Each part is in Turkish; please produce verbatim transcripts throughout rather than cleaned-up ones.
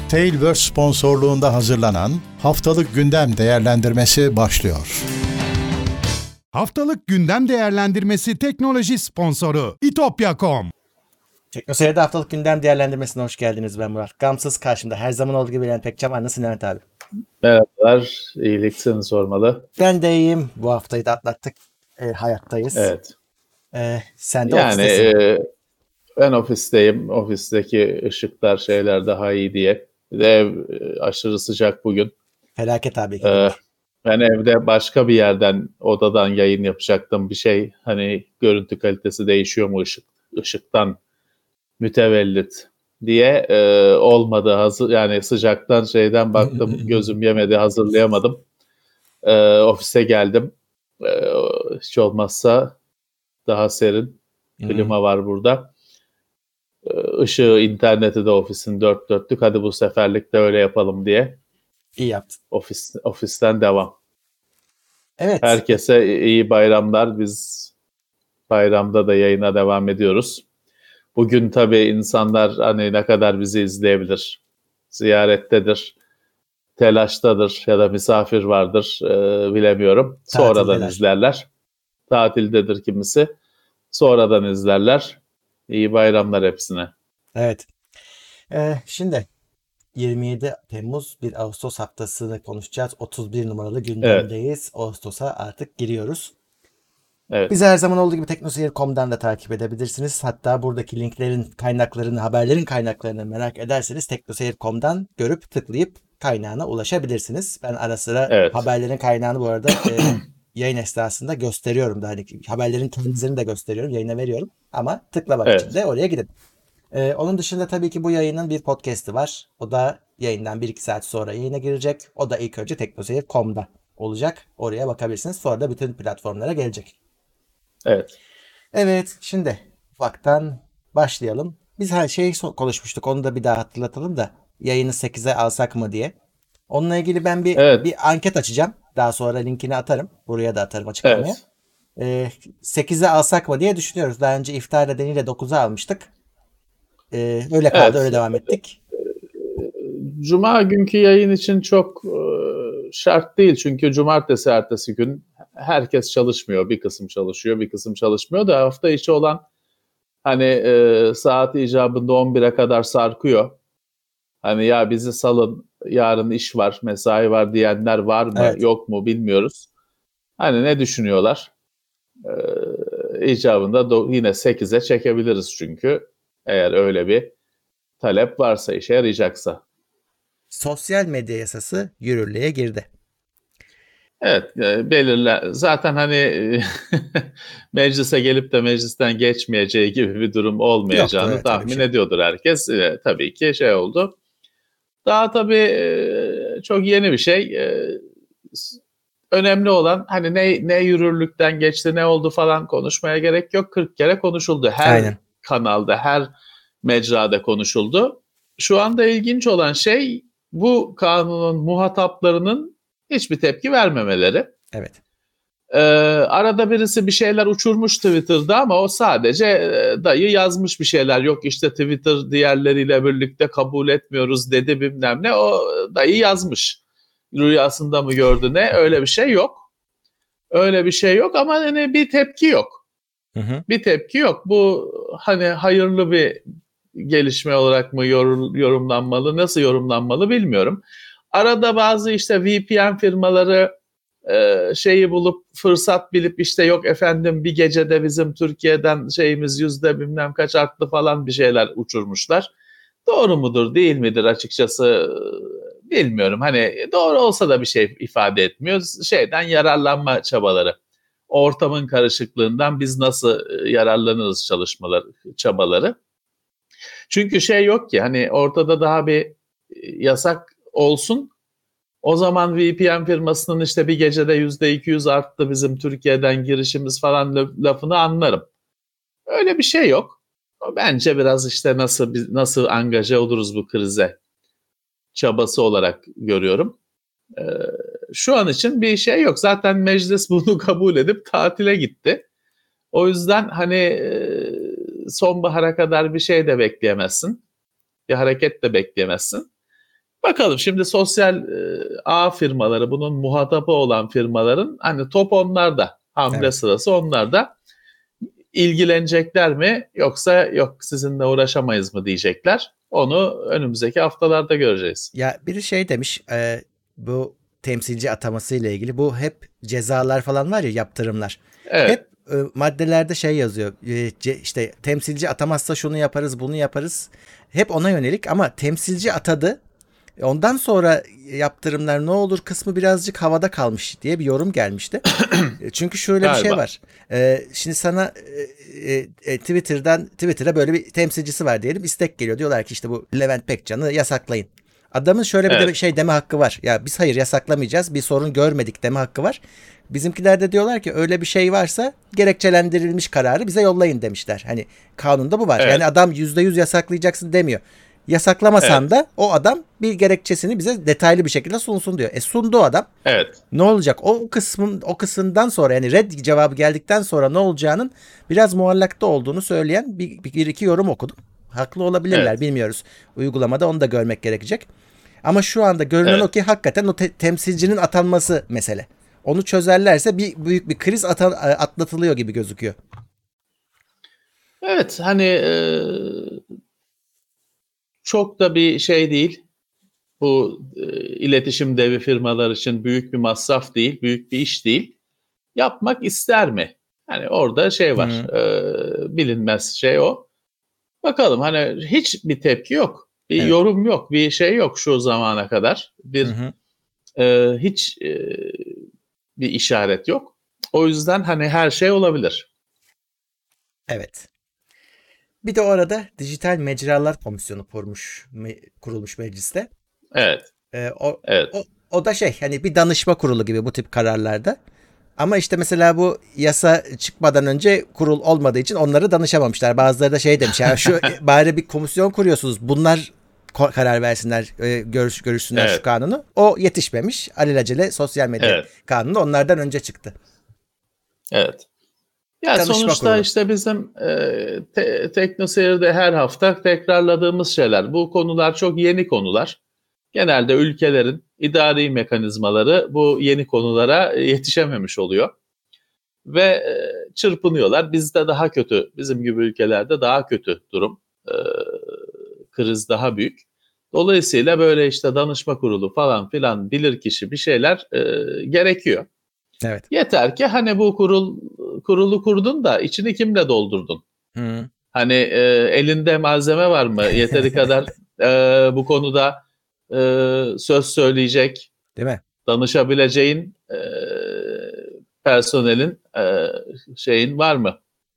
Tailverse sponsorluğunda hazırlanan Haftalık Gündem Değerlendirmesi başlıyor. Haftalık Gündem Değerlendirmesi teknoloji sponsoru itopya nokta com. Teknoseyir'de Haftalık Gündem Değerlendirmesi'ne hoş geldiniz. Ben Murat. Gamsız karşımda her zaman olduğu gibi Levent Pekcan var. Nasılsın Levent abi? Merhabalar. İyilik seni sormalı. Ben de iyiyim. Bu haftayı da atlattık. E, hayattayız. Evet. E, sen de yani ofistesin. E, ben ofisteyim. Ofisteki ışıklar şeyler daha iyi diye. Bir de ev aşırı sıcak bugün. Felaket abi. Ee, ben evde başka bir yerden, odadan yayın yapacaktım. Bir şey hani görüntü kalitesi değişiyor mu ışık ışıktan mütevellit diye e, olmadı. Hazır, yani sıcaktan şeyden baktım, gözüm yemedi, hazırlayamadım. E, ofise geldim. E, hiç olmazsa daha serin. Klima var burada. E, ışığı, interneti de ofisin dört dörtlük. Hadi bu seferlik de öyle yapalım diye. İyi yaptın. Ofis, ofisten devam. Evet. Herkese iyi bayramlar. Biz bayramda da yayına devam ediyoruz. Bugün tabii insanlar hani ne kadar bizi izleyebilir? Ziyarettedir, telaştadır ya da misafir vardır e, bilemiyorum. Sonradan Tatildeler. izlerler. Tatildedir kimisi. Sonradan izlerler. İyi bayramlar hepsine. Evet. E, şimdi yirmi yedi Temmuz bir Ağustos haftasını konuşacağız. otuz bir numaralı gündemdeyiz. Evet. Ağustos'a artık giriyoruz. Evet. Bizi her zaman olduğu gibi teknoseyir nokta com'dan da takip edebilirsiniz. Hatta buradaki linklerin kaynaklarını, haberlerin kaynaklarını merak ederseniz teknoseyir nokta com'dan görüp tıklayıp kaynağına ulaşabilirsiniz. Ben ara sıra evet. haberlerin kaynağını bu arada e, yayın esnasında gösteriyorum da hani haberlerin kendisini de gösteriyorum, yayına veriyorum ama tıklamak evet. için de oraya gidin. Ee, onun dışında tabii ki bu yayının bir podcast'i var. O da yayından bir iki saat sonra yayına girecek. O da ilk önce teknoseyir nokta com'da olacak. Oraya bakabilirsiniz. Sonra da bütün platformlara gelecek. Evet. Evet, şimdi ufaktan başlayalım. Biz her şeyi konuşmuştuk. Onu da bir daha hatırlatalım da yayını sekize alsak mı diye. Onunla ilgili ben bir evet. bir anket açacağım. Daha sonra linkini atarım. Buraya da atarım açıklamaya. Evet. Ee, sekize alsak mı diye düşünüyoruz. Daha önce iftar nedeniyle dokuza almıştık. Ee, öyle kaldı, evet. öyle devam ettik. Cuma günkü yayın için çok şart değil. Çünkü cumartesi ertesi gün herkes çalışmıyor. Bir kısım çalışıyor, bir kısım çalışmıyor da hafta içi olan hani e, saat icabında on bire kadar sarkıyor. Hani ya bizi salın, yarın iş var, mesai var diyenler var mı, evet. yok mu bilmiyoruz. Hani ne düşünüyorlar? E, icabında do- yine sekize çekebiliriz çünkü. Eğer öyle bir talep varsa, işe yarayacaksa. Sosyal medya yasası yürürlüğe girdi. Evet, belirle. Zaten hani meclise gelip de meclisten geçmeyeceği gibi bir durum olmayacağını Yoktu, evet, tahmin şey. ediyordur herkes. E, tabii ki şey oldu. Daha tabii e, çok yeni bir şey. E, önemli olan hani ne ne yürürlükten geçti, ne oldu falan konuşmaya gerek yok. kırk kere konuşuldu. Her Aynen. kanalda, her mecrada konuşuldu. Şu anda ilginç olan şey bu kanunun muhataplarının hiçbir tepki vermemeleri. Evet. Ee, arada birisi bir şeyler uçurmuş Twitter'da ama o sadece e, dayı yazmış bir şeyler. Yok işte Twitter diğerleriyle birlikte kabul etmiyoruz dedi bilmem ne. O dayı yazmış. Rüyasında mı gördü ne? Öyle bir şey yok. Öyle bir şey yok ama hani bir tepki yok. Hı hı. Bir tepki yok. Bu hani hayırlı bir gelişme olarak mı yorumlanmalı, nasıl yorumlanmalı bilmiyorum. Arada bazı işte V P N firmaları e, şeyi bulup fırsat bilip işte yok efendim bir gecede bizim Türkiye'den şeyimiz yüzde bilmem kaç arttı falan bir şeyler uçurmuşlar. Doğru mudur değil midir açıkçası bilmiyorum. Hani doğru olsa da bir şey ifade etmiyor. Şeyden yararlanma çabaları. Ortamın karışıklığından biz nasıl yararlanırız çalışmaları, çabaları. Çünkü şey yok ki hani ortada daha bir yasak olsun. O zaman V P N firmasının işte bir gecede yüzde iki yüz arttı bizim Türkiye'den girişimiz falan lafını anlarım. Öyle bir şey yok. Bence biraz işte nasıl nasıl angaje oluruz bu krize çabası olarak görüyorum. Ee, şu an için bir şey yok. Zaten meclis bunu kabul edip tatile gitti. O yüzden hani sonbahara kadar bir şey de bekleyemezsin. Bir hareket de bekleyemezsin. Bakalım şimdi sosyal e, ağ firmaları, bunun muhatabı olan firmaların hani top onlarda, hamle evet. sırası onlarda, ilgilenecekler mi yoksa yok sizinle uğraşamayız mı diyecekler. Onu önümüzdeki haftalarda göreceğiz. Ya biri şey demiş e, bu temsilci ataması ile ilgili, bu hep cezalar falan var ya, yaptırımlar. Evet. Hep e, maddelerde şey yazıyor e, ce, işte temsilci atamazsa şunu yaparız bunu yaparız, hep ona yönelik, ama temsilci atadı. Ondan sonra yaptırımlar ne olur kısmı birazcık havada kalmış diye bir yorum gelmişti. Çünkü şöyle Galiba. bir şey var. Ee, şimdi sana e, e, Twitter'dan Twitter'a böyle bir temsilcisi var diyelim. İstek geliyor. Diyorlar ki işte bu Levent Pekcan'ı yasaklayın. Adamın şöyle bir evet. de şey deme hakkı var. Ya biz hayır yasaklamayacağız. Bir sorun görmedik deme hakkı var. Bizimkiler de diyorlar ki öyle bir şey varsa gerekçelendirilmiş kararı bize yollayın demişler. Hani kanunda bu var. Evet. Yani adam yüzde yüz yasaklayacaksın demiyor. Yasaklamasan evet. da o adam bir gerekçesini bize detaylı bir şekilde sunsun diyor. E sundu adam. Evet. Ne olacak? O kısmın o kısımdan sonra, yani red cevabı geldikten sonra ne olacağının biraz muallakta olduğunu söyleyen bir, bir iki yorum okudum. Haklı olabilirler, evet. bilmiyoruz. Uygulamada onu da görmek gerekecek. Ama şu anda görünen evet. o ki hakikaten o te- temsilcinin atanması mesele. Onu çözerlerse bir büyük bir kriz atan, atlatılıyor gibi gözüküyor. Evet, hani e, çok da bir şey değil. Bu e, iletişim devi firmalar için büyük bir masraf değil, büyük bir iş değil. Yapmak ister mi? Hani orada şey var, hmm. e, bilinmez şey o. Bakalım, hani hiç bir tepki yok, bir evet. yorum yok, bir şey yok şu zamana kadar. Bir hmm. e, hiç e, bir işaret yok. O yüzden hani her şey olabilir. Evet. Bir de o arada Dijital Mecralar Komisyonu kurmuş, me- kurulmuş mecliste. Evet. Ee, o, evet. O, o da şey, hani bir danışma kurulu gibi bu tip kararlarda. Ama işte mesela bu yasa çıkmadan önce kurul olmadığı için onları danışamamışlar. Bazıları da şey demiş, ya şu bari bir komisyon kuruyorsunuz, bunlar karar versinler, görüş, görüşsünler evet. şu kanunu. O yetişmemiş. Alelacele sosyal medya evet. kanunu onlardan önce çıktı. Evet. Ya danışma sonuçta kurulu. işte bizim e, te, TeknoSeyir'de her hafta tekrarladığımız şeyler. Bu konular çok yeni konular. Genelde ülkelerin idari mekanizmaları bu yeni konulara yetişememiş oluyor. Ve e, çırpınıyorlar. Bizde daha kötü, bizim gibi ülkelerde daha kötü durum. E, kriz daha büyük. Dolayısıyla böyle işte danışma kurulu falan filan, bilirkişi bir şeyler e, gerekiyor. Evet. Yeter ki hani bu kurul kurulu kurdun da içini kimle doldurdun? Hı. Hani e, elinde malzeme var mı? Yeteri kadar e, bu konuda e, söz söyleyecek, değil mi? Danışabileceğin e, personelin e, şeyin var mı?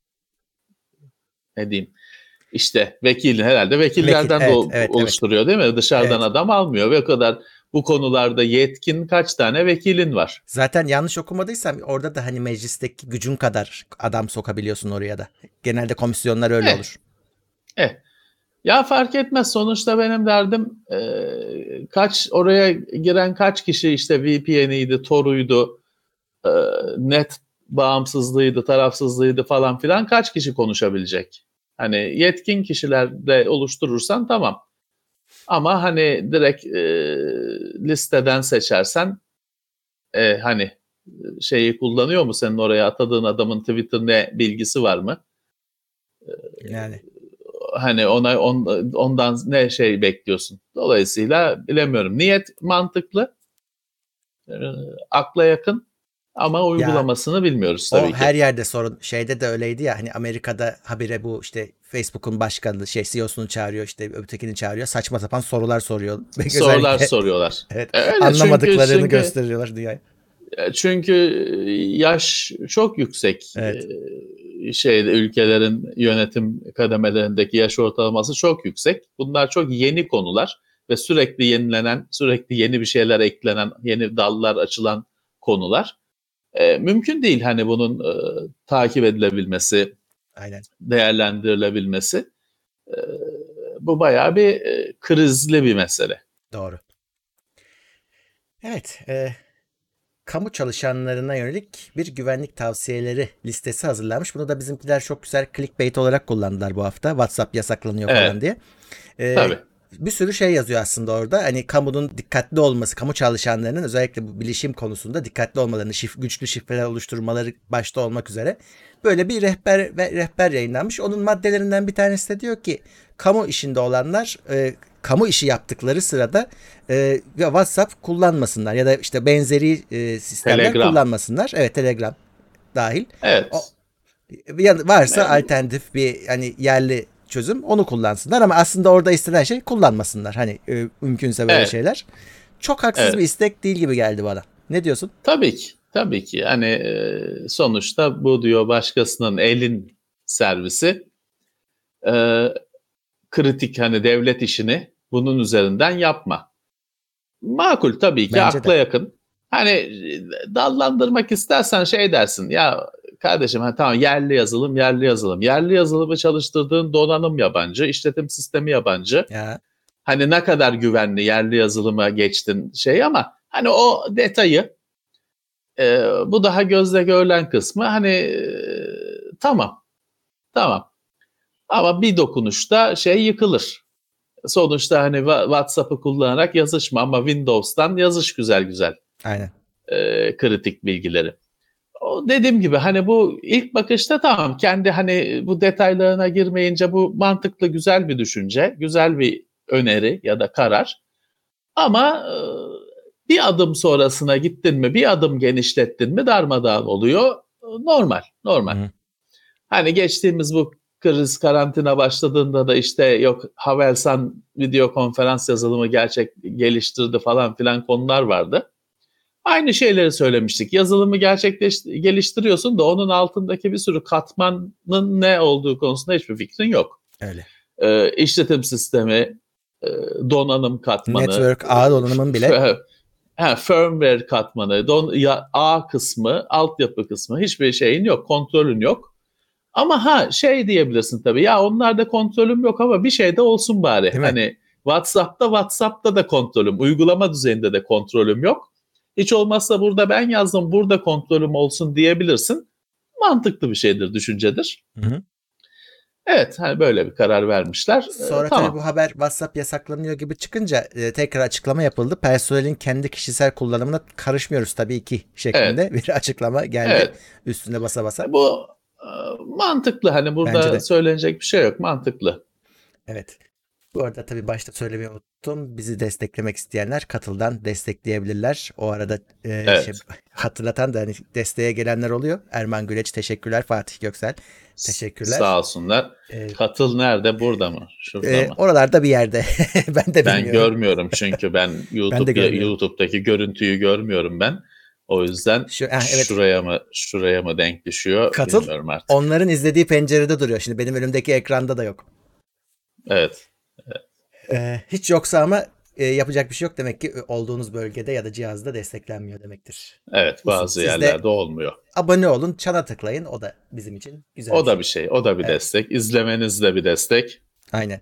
Ne diyeyim? İşte vekilin herhalde vekillerden Vekil, evet, de evet, oluşturuyor evet. değil mi? Dışarıdan evet. adam almıyor ve o kadar bu konularda yetkin kaç tane vekilin var? Zaten yanlış okumadıysam orada da hani meclisteki gücün kadar adam sokabiliyorsun oraya da. Genelde komisyonlar öyle eh. olur. Eh. Ya fark etmez, sonuçta benim derdim e, kaç oraya giren kaç kişi işte V P N'iydi, Tor'uydu, e, net bağımsızlığıydı, tarafsızlığıydı falan filan, kaç kişi konuşabilecek? Hani yetkin kişilerle oluşturursan tamam. Ama hani direkt e, listeden seçersen e, hani şeyi kullanıyor mu, senin oraya atadığın adamın Twitter ne bilgisi var mı? E, yani. Hani ona on, ondan ne şey bekliyorsun? Dolayısıyla bilemiyorum. Niyet mantıklı, e, akla yakın ama uygulamasını ya, bilmiyoruz tabii o ki. Her yerde sorun. Şeyde de öyleydi ya, hani Amerika'da habire bu işte Facebook'un başkanı şey C E O'sunu çağırıyor, işte ötekini çağırıyor. Saçma sapan sorular soruyor. Sorular soruyorlar. Evet. Öyle, anlamadıklarını çünkü, gösteriyorlar dünyaya. Çünkü yaş çok yüksek. Evet. Şeyde ülkelerin yönetim kademelerindeki yaş ortalaması çok yüksek. Bunlar çok yeni konular ve sürekli yenilenen, sürekli yeni bir şeyler eklenen, yeni dallar açılan konular. E, mümkün değil hani bunun e, takip edilebilmesi, aynen. değerlendirilebilmesi. E, bu bayağı bir e, krizli bir mesele. Doğru. Evet. E, kamu çalışanlarına yönelik bir güvenlik tavsiyeleri listesi hazırlanmış. Bunu da bizimkiler çok güzel clickbait olarak kullandılar bu hafta. WhatsApp yasaklanıyor evet. falan diye. E, Tabii. bir sürü şey yazıyor aslında orada. Hani kamunun dikkatli olması, kamu çalışanlarının özellikle bu bilişim konusunda dikkatli olmalarını, şif, güçlü şifreler oluşturmaları başta olmak üzere böyle bir rehber ve rehber yayınlanmış. Onun maddelerinden bir tanesi de diyor ki kamu işinde olanlar e, kamu işi yaptıkları sırada e, WhatsApp kullanmasınlar ya da işte benzeri e, sistemler Telegram. kullanmasınlar. Evet, Telegram dahil. Evet. O, varsa evet. alternatif bir hani yerli çözüm, onu kullansınlar ama aslında orada istenen şey kullanmasınlar. Hani e, mümkünse böyle evet. şeyler. Çok haksız evet. bir istek değil gibi geldi bana. Ne diyorsun? Tabii ki. Tabii ki. Yani e, sonuçta bu diyor başkasının elin servisi. E, kritik hani devlet işini bunun üzerinden yapma. Makul tabii ki. Bence akla de. yakın. Hani dallandırmak istersen şey dersin ya kardeşim ha, tamam yerli yazılım yerli yazılım. Yerli yazılımı çalıştırdığın donanım yabancı, işletim sistemi yabancı. Ya. Hani ne kadar güvenli yerli yazılıma geçtin şey ama hani o detayı e, bu daha gözle görülen kısmı hani e, tamam tamam ama bir dokunuşta şey yıkılır. Sonuçta hani WhatsApp'ı kullanarak yazışma ama Windows'tan yazış güzel güzel. Aynen. E, kritik bilgileri. O dediğim gibi hani bu ilk bakışta tamam kendi hani bu detaylarına girmeyince bu mantıklı güzel bir düşünce, güzel bir öneri ya da karar. Ama e, bir adım sonrasına gittin mi, bir adım genişlettin mi darmadağın oluyor. Normal, normal. Hı. Hani geçtiğimiz bu kriz karantina başladığında da işte yok Havelsan video konferans yazılımı gerçek geliştirdi falan filan konular vardı. Aynı şeyleri söylemiştik. Yazılımı gerçekleş geliştiriyorsun da onun altındaki bir sürü katmanın ne olduğu konusunda hiçbir fikrin yok. Öyle. Ee, işletim sistemi, e, donanım katmanı. Network, ağ donanımın bile. Ha, firmware katmanı, don, ya, ağ kısmı, altyapı kısmı hiçbir şeyin yok, kontrolün yok. Ama ha şey diyebilirsin tabii ya onlarda kontrolüm yok ama bir şey de olsun bari. Hani WhatsApp'ta WhatsApp'ta da kontrolüm, uygulama düzeyinde de kontrolüm yok. Hiç olmazsa burada ben yazdım, burada kontrolüm olsun diyebilirsin. Mantıklı bir şeydir, düşüncedir. Hı hı. Evet, hani böyle bir karar vermişler. Sonra ee, tamam. tabii bu haber WhatsApp yasaklanıyor gibi çıkınca e, tekrar açıklama yapıldı. Personelin kendi kişisel kullanımına karışmıyoruz tabii ki şeklinde evet. bir açıklama geldi. Evet. Üstüne basa basa. Bu e, mantıklı, hani burada söylenecek bir şey yok, mantıklı. Evet. Bu arada tabii başta söylemeyi unuttum. Bizi desteklemek isteyenler Katıl'dan destekleyebilirler. O arada e, evet. şey, hatırlatan da hani desteğe gelenler oluyor. Erman Güleç teşekkürler. Fatih Göksel teşekkürler. Sağ olsunlar. Ee, Katıl nerede? Burada mı? Şurada e, mı? Oralarda bir yerde. ben de ben bilmiyorum. görmüyorum çünkü ben YouTube ben YouTube'daki görüntüyü görmüyorum ben. O yüzden Şu, ah, evet. şuraya mı şuraya mı denk düşüyor Katıl, bilmiyorum artık. Onların izlediği pencerede duruyor. Şimdi benim önümdeki ekranda da yok. Evet. evet. Ee, hiç yoksa ama e, yapacak bir şey yok. Demek ki olduğunuz bölgede ya da cihazda desteklenmiyor demektir. Evet, bazı Siz yerlerde olmuyor. Abone olun, çana tıklayın. O da bizim için güzel O bir da şey. bir şey. O da bir evet. destek. İzlemeniz de bir destek. Aynen.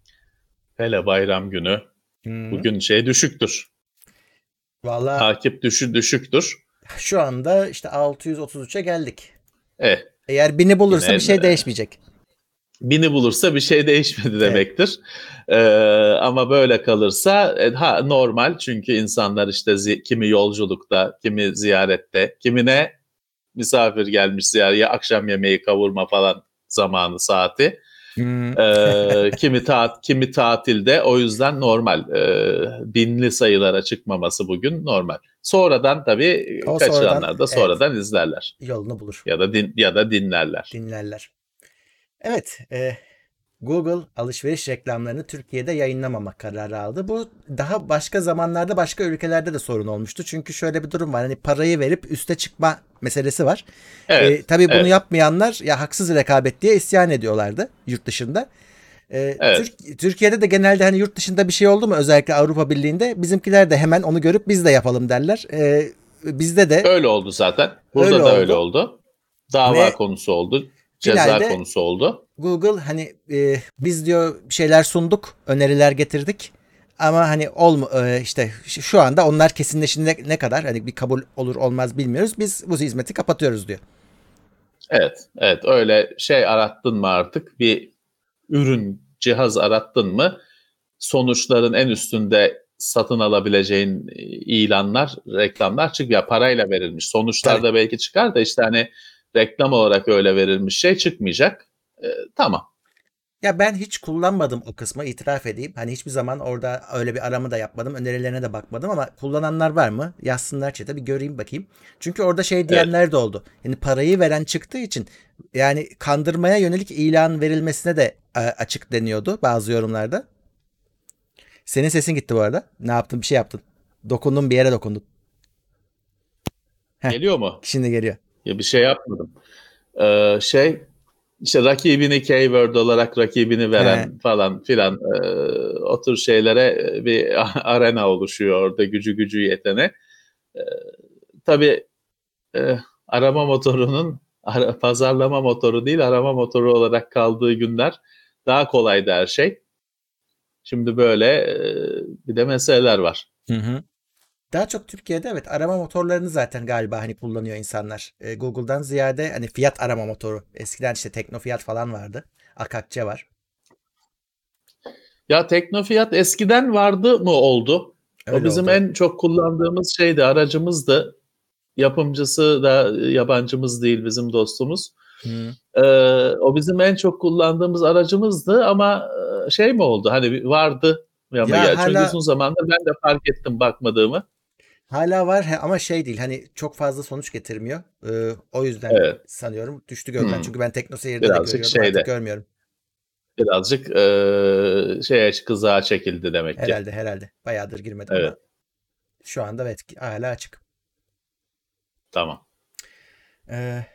Hele bayram günü. Hmm. Bugün şey düşüktür. Vallahi takip düşü düşüktür. Şu anda işte altı yüz otuz üçe geldik. Evet. Eğer bini bulursa Yine, bir şey değişmeyecek. Bini bulursa bir şey değişmedi demektir. Evet. Ee, ama böyle kalırsa ha normal çünkü insanlar işte zi- kimi yolculukta, kimi ziyarette, kimine misafir gelmiş ziyarete, akşam yemeği kavurma falan zamanı saati. Hmm. ee, kimi ta- kimi tatilde, o yüzden normal ee, binli sayılara çıkmaması bugün normal. Sonradan tabii o kaçıranlar sonradan, da sonradan evet, izlerler. Yolunu bulur. Ya da din- ya da dinlerler. Dinlerler. Evet, e, Google alışveriş reklamlarını Türkiye'de yayınlamamak kararı aldı. Bu daha başka zamanlarda başka ülkelerde de sorun olmuştu. Çünkü şöyle bir durum var. Hani parayı verip üste çıkma meselesi var. Evet, e, tabii bunu evet. yapmayanlar ya haksız rekabet diye isyan ediyorlardı yurt dışında. E, evet. Türk, Türkiye'de de genelde hani yurt dışında bir şey oldu mu özellikle Avrupa Birliği'nde bizimkiler de hemen onu görüp biz de yapalım derler. E, bizde de öyle oldu zaten. Burada öyle da oldu. öyle oldu. Dava Ve konusu oldu. Ceza konusu oldu. Google hani e, biz diyor şeyler sunduk, öneriler getirdik ama hani olma e, işte şu anda onlar kesinleşene ne kadar hani bir kabul olur olmaz bilmiyoruz. Biz bu hizmeti kapatıyoruz diyor. Evet, evet öyle şey arattın mı artık bir ürün, cihaz arattın mı sonuçların en üstünde satın alabileceğin ilanlar, reklamlar çıkıyor. Parayla verilmiş. Sonuçlarda Tabii. belki çıkar da işte hani reklam olarak öyle verilmiş şey çıkmayacak. Ee, tamam. Ya ben hiç kullanmadım o kısmı, itiraf edeyim. Hani hiçbir zaman orada öyle bir arama da yapmadım. Önerilerine de bakmadım ama kullananlar var mı? Yazsınlar chat'e, bir göreyim bakayım. Çünkü orada şey diyenler evet. de oldu. Yani parayı veren çıktığı için yani kandırmaya yönelik ilan verilmesine de açık deniyordu bazı yorumlarda. Senin sesin gitti bu arada. Ne yaptın? Bir şey yaptın. Dokundun, bir yere dokundun. Heh, geliyor mu? Şimdi geliyor. Ya bir şey yapmadım. Ee, şey işte rakibini keyword olarak rakibini veren He. falan filan e, o tür şeylere bir arena oluşuyor orada, gücü gücü yetene. E, tabii e, arama motorunun ara, pazarlama motoru değil arama motoru olarak kaldığı günler daha kolaydı her şey. Şimdi böyle e, bir de meseleler var. Hı hı. Daha çok Türkiye'de evet arama motorlarını zaten galiba hani kullanıyor insanlar. E, Google'dan ziyade hani fiyat arama motoru. Eskiden işte Teknofiyat falan vardı. Akakçe var. Ya Teknofiyat eskiden vardı mı oldu? Öyle o bizim oldu. En çok kullandığımız şeydi, aracımızdı. Yapımcısı da yabancımız değil, bizim dostumuz. Ee, o bizim en çok kullandığımız aracımızdı ama şey mi oldu? Hani vardı ya, ya hala... çünkü uzun zamandır ben de fark ettim bakmadığımı. Hala var ama şey değil, hani çok fazla sonuç getirmiyor. Ee, o yüzden evet. sanıyorum düştü gözden. Hmm. Çünkü ben TeknoSeyir'de de görüyordum, şeyde, artık görmüyorum. Birazcık e, şeye kızağa çekildi demek ki. Herhalde herhalde. Bayağıdır girmedim evet. ama şu anda evet hala açık. Tamam. Ee,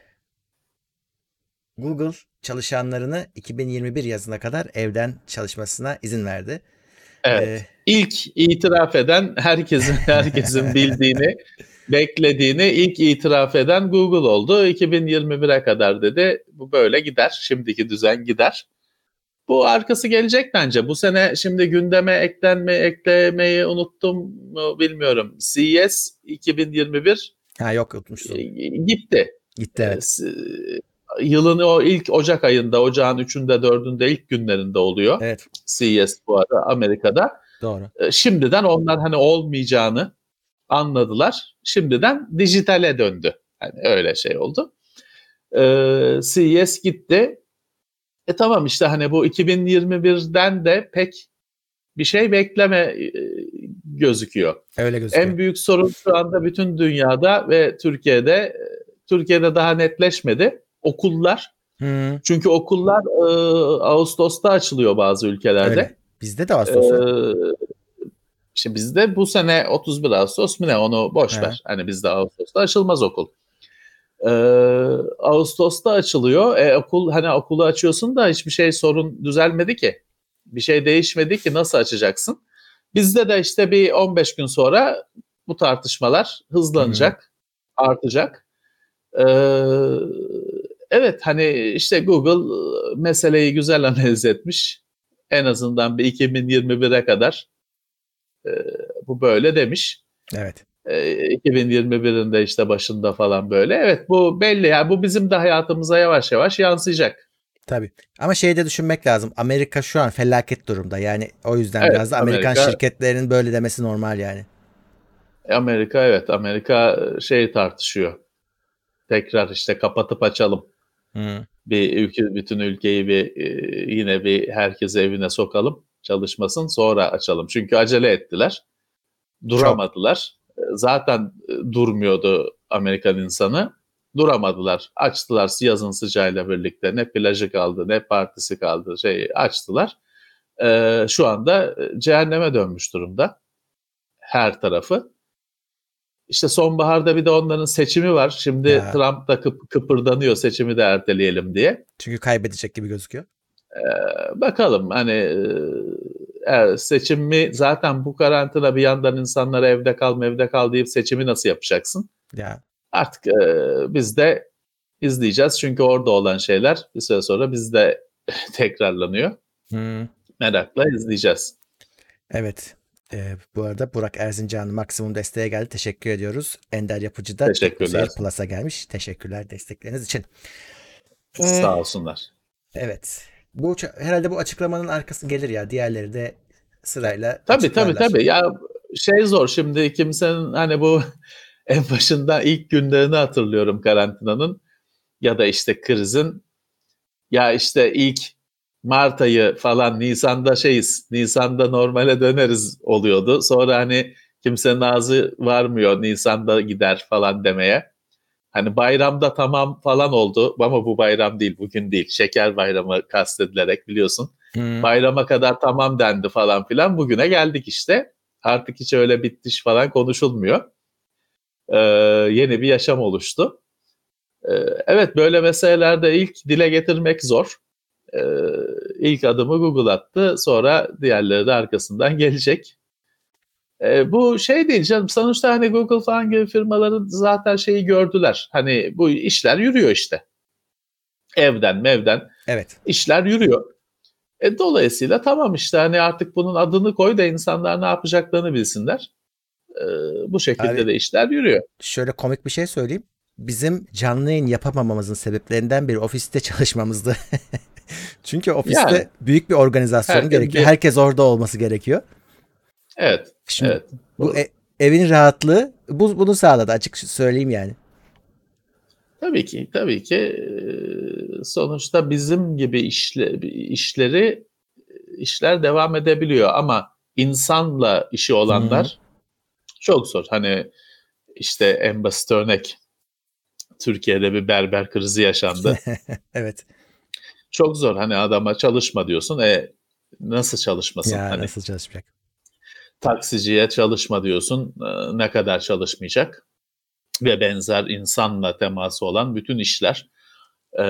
Google çalışanlarını iki bin yirmi bir yazına kadar evden çalışmasına izin verdi. Evet. Ee, İlk itiraf eden, herkesin herkesin bildiğini, beklediğini ilk itiraf eden Google oldu. iki bin yirmi bire kadar dedi. Bu böyle gider. Şimdiki düzen gider. Bu arkası gelecek bence. Bu sene şimdi gündeme eklenme, eklemeyi unuttum mu bilmiyorum. C E S iki bin yirmi bir ha yok unutmuşsun. Gitti. Gitti evet. Yılın o ilk Ocak ayında, Ocağın üçünde dördünde ilk günlerinde oluyor. Evet. C E S bu arada Amerika'da. Doğru. Şimdiden onlar hani olmayacağını anladılar. Şimdiden dijitale döndü. Yani öyle şey oldu. Ee, C E S gitti. E tamam işte hani bu iki bin yirmi birden de pek bir şey bekleme e, gözüküyor. Öyle gözüküyor. En büyük sorun şu anda bütün dünyada ve Türkiye'de, Türkiye'de daha netleşmedi. Okullar. Hmm. Çünkü okullar e, Ağustos'ta açılıyor bazı ülkelerde. Öyle. Bizde de Ağustos'ta. Ee, işte bizde bu sene otuz bir Ağustos mu ne, onu boş He. ver. Hani bizde Ağustos'ta açılmaz okul. Ee, Ağustos'ta açılıyor. E, okul hani okulu açıyorsun da hiçbir şey sorun düzelmedi ki. Bir şey değişmedi ki, nasıl açacaksın? Bizde de işte bir on beş gün sonra bu tartışmalar hızlanacak, hmm. artacak. Ee, evet hani işte Google meseleyi güzel analiz etmiş. En azından bir iki bin yirmi bire kadar e, bu böyle demiş. Evet. E, iki bin yirmi birinde işte başında falan böyle. Evet bu belli yani, bu bizim de hayatımıza yavaş yavaş yansıyacak. Tabii. Ama şeyi de düşünmek lazım. Amerika şu an felaket durumda. Yani o yüzden evet, biraz da Amerikan Amerika, şirketlerinin böyle demesi normal yani. Amerika evet Amerika şey tartışıyor. Tekrar işte kapatıp açalım. Hmm. Bir ülke, bütün ülkeyi bir e, yine bir herkese evine sokalım, çalışmasın, sonra açalım. Çünkü acele ettiler. Duramadılar. Çok. Zaten durmuyordu Amerikan insanı. Duramadılar. Açtılar yazın sıcağıyla birlikte. Ne plajı kaldı, ne partisi kaldı. Şey açtılar. Ee, şu anda cehenneme dönmüş durumda. Her tarafı. İşte sonbaharda bir de onların seçimi var. Şimdi ya. Trump da kıp, kıpırdanıyor seçimi de erteleyelim diye. Çünkü kaybedecek gibi gözüküyor. Ee, bakalım hani e, seçimi zaten bu karantina, bir yandan insanlara evde kal evde kal deyip seçimi nasıl yapacaksın? Ya. Artık e, biz de izleyeceğiz. Çünkü orada olan şeyler bir süre sonra bizde tekrarlanıyor. Hmm. Merakla izleyeceğiz. Evet. Ee, bu arada Burak Erzincan maksimum desteğe geldi. Teşekkür ediyoruz. Ender Yapıcı da TeknoSeyir Plus'a gelmiş. Teşekkürler destekleriniz için. Ee, Sağ olsunlar. Evet. Bu herhalde bu açıklamanın arkası gelir ya. Diğerleri de sırayla Tabii açıklarlar. tabii tabii. Ya şey zor şimdi kimsenin hani bu en başında ilk günlerini hatırlıyorum karantinanın ya da işte krizin. Ya işte ilk Mart ayı falan Nisan'da şeyiz. Nisan'da normale döneriz oluyordu. Sonra hani kimsenin ağzı varmıyor Nisan'da gider falan demeye. Hani bayramda tamam falan oldu ama bu bayram değil, bugün değil. Şeker bayramı kastedilerek biliyorsun. Hmm. Bayrama kadar tamam dendi falan filan. Bugüne geldik işte. Artık hiç öyle bitiş falan konuşulmuyor. Ee, yeni bir yaşam oluştu. Ee, evet böyle meselelerde ilk dile getirmek zor. Ee, ilk adımı Google attı. Sonra diğerleri de arkasından gelecek. E, bu şey değil canım, sonuçta hani Google falan gibi firmaların zaten şeyi gördüler. Hani bu işler yürüyor işte. Evden mevden evet. işler yürüyor. E, dolayısıyla tamam işte hani artık bunun adını koy da insanlar ne yapacaklarını bilsinler. E, bu şekilde Abi, de işler yürüyor. Şöyle komik bir şey söyleyeyim. Bizim canlı yayın yapamamamızın sebeplerinden biri ofiste çalışmamızdı. Çünkü ofiste yani, büyük bir organizasyon herkes gerekiyor. Bir... Herkes orada olması gerekiyor. Evet. Şimdi evet. Bu e, evin rahatlığı bu, bunu sağladı, açık söyleyeyim yani. Tabii ki, tabii ki. Sonuçta bizim gibi işle, işleri işler devam edebiliyor ama insanla işi olanlar hmm. çok zor. Hani işte en basit örnek, Türkiye'de bir berber krizi yaşandı. Evet. Çok zor. Hani adama çalışma diyorsun. E nasıl çalışmasın? Ya hani nasıl çalışacak? Taksiciye çalışma diyorsun. E, ne kadar çalışmayacak? Ve benzer insanla teması olan bütün işler e,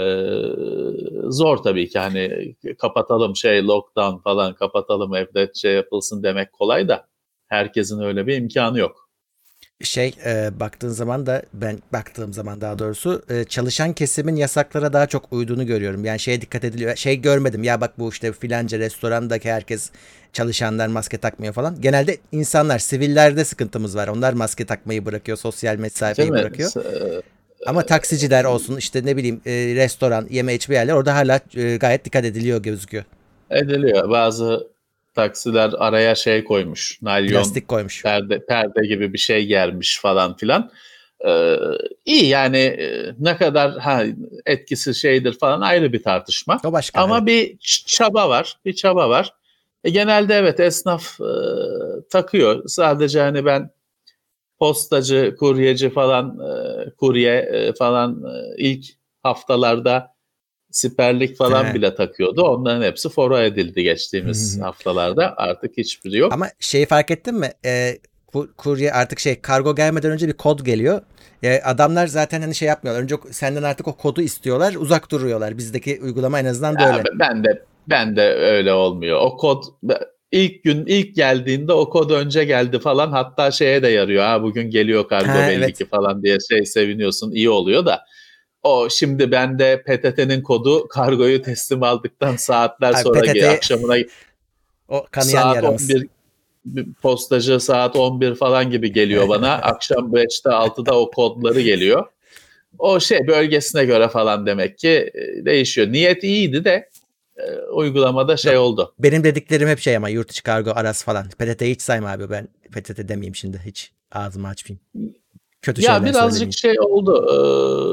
zor tabii ki. Hani kapatalım şey lockdown falan kapatalım evde şey yapılsın demek kolay da herkesin öyle bir imkanı yok. Şey e, baktığın zaman da ben baktığım zaman daha doğrusu e, çalışan kesimin yasaklara daha çok uyduğunu görüyorum. Yani şeye dikkat ediliyor. Şey görmedim ya bak bu işte filanca restorandaki herkes çalışanlar maske takmıyor falan. Genelde insanlar, sivillerde sıkıntımız var. Onlar maske takmayı bırakıyor, sosyal mesafeyi bırakıyor. S- Ama taksiciler olsun işte ne bileyim e, restoran, yeme içme yerler orada hala e, gayet dikkat ediliyor gözüküyor. Ediliyor. Bazı taksiler araya şey koymuş. Naylon plastik koymuş. Perde, perde gibi bir şey germiş falan filan. Ee, iyi yani e, ne kadar ha, etkisi şeydir falan ayrı bir tartışma. O başka, Ama evet. bir çaba var. Bir çaba var. E, genelde evet esnaf e, takıyor. Sadece hani ben postacı, kuryeci falan, e, kurye e, falan e, ilk haftalarda siperlik falan He. bile takıyordu. Onların hepsi fora edildi geçtiğimiz haftalarda. Artık hiçbiri yok. Ama şeyi fark ettin mi? Ee, kurye artık şey kargo gelmeden önce bir kod geliyor. Ee, adamlar zaten hani şey yapmıyorlar. Önce senden artık o kodu istiyorlar. Uzak duruyorlar. Bizdeki uygulama en azından böyle. Ya ben de ben de öyle olmuyor. O kod ilk gün ilk geldiğinde o kod önce geldi falan. Hatta şeye de yarıyor. Ha bugün geliyor kargo ha, belli evet. ki falan diye şey seviniyorsun. İyi oluyor da. O şimdi bende P T T'nin kodu kargoyu teslim aldıktan saatler Abi, sonra P T T... akşamına o kanayan saat yaramız. on bir postacı saat on bir falan gibi geliyor bana. Akşam beşte altıda o kodları geliyor. O şey bölgesine göre falan demek ki değişiyor. Niyet iyiydi de e, uygulamada şey Yok, oldu. Benim dediklerim hep şey ama yurt içi kargo, Aras falan. P T T'yi hiç sayma abi, ben P T T demeyeyim şimdi, hiç ağzımı açmayayım. Kötü ya birazcık şey oldu. Ee,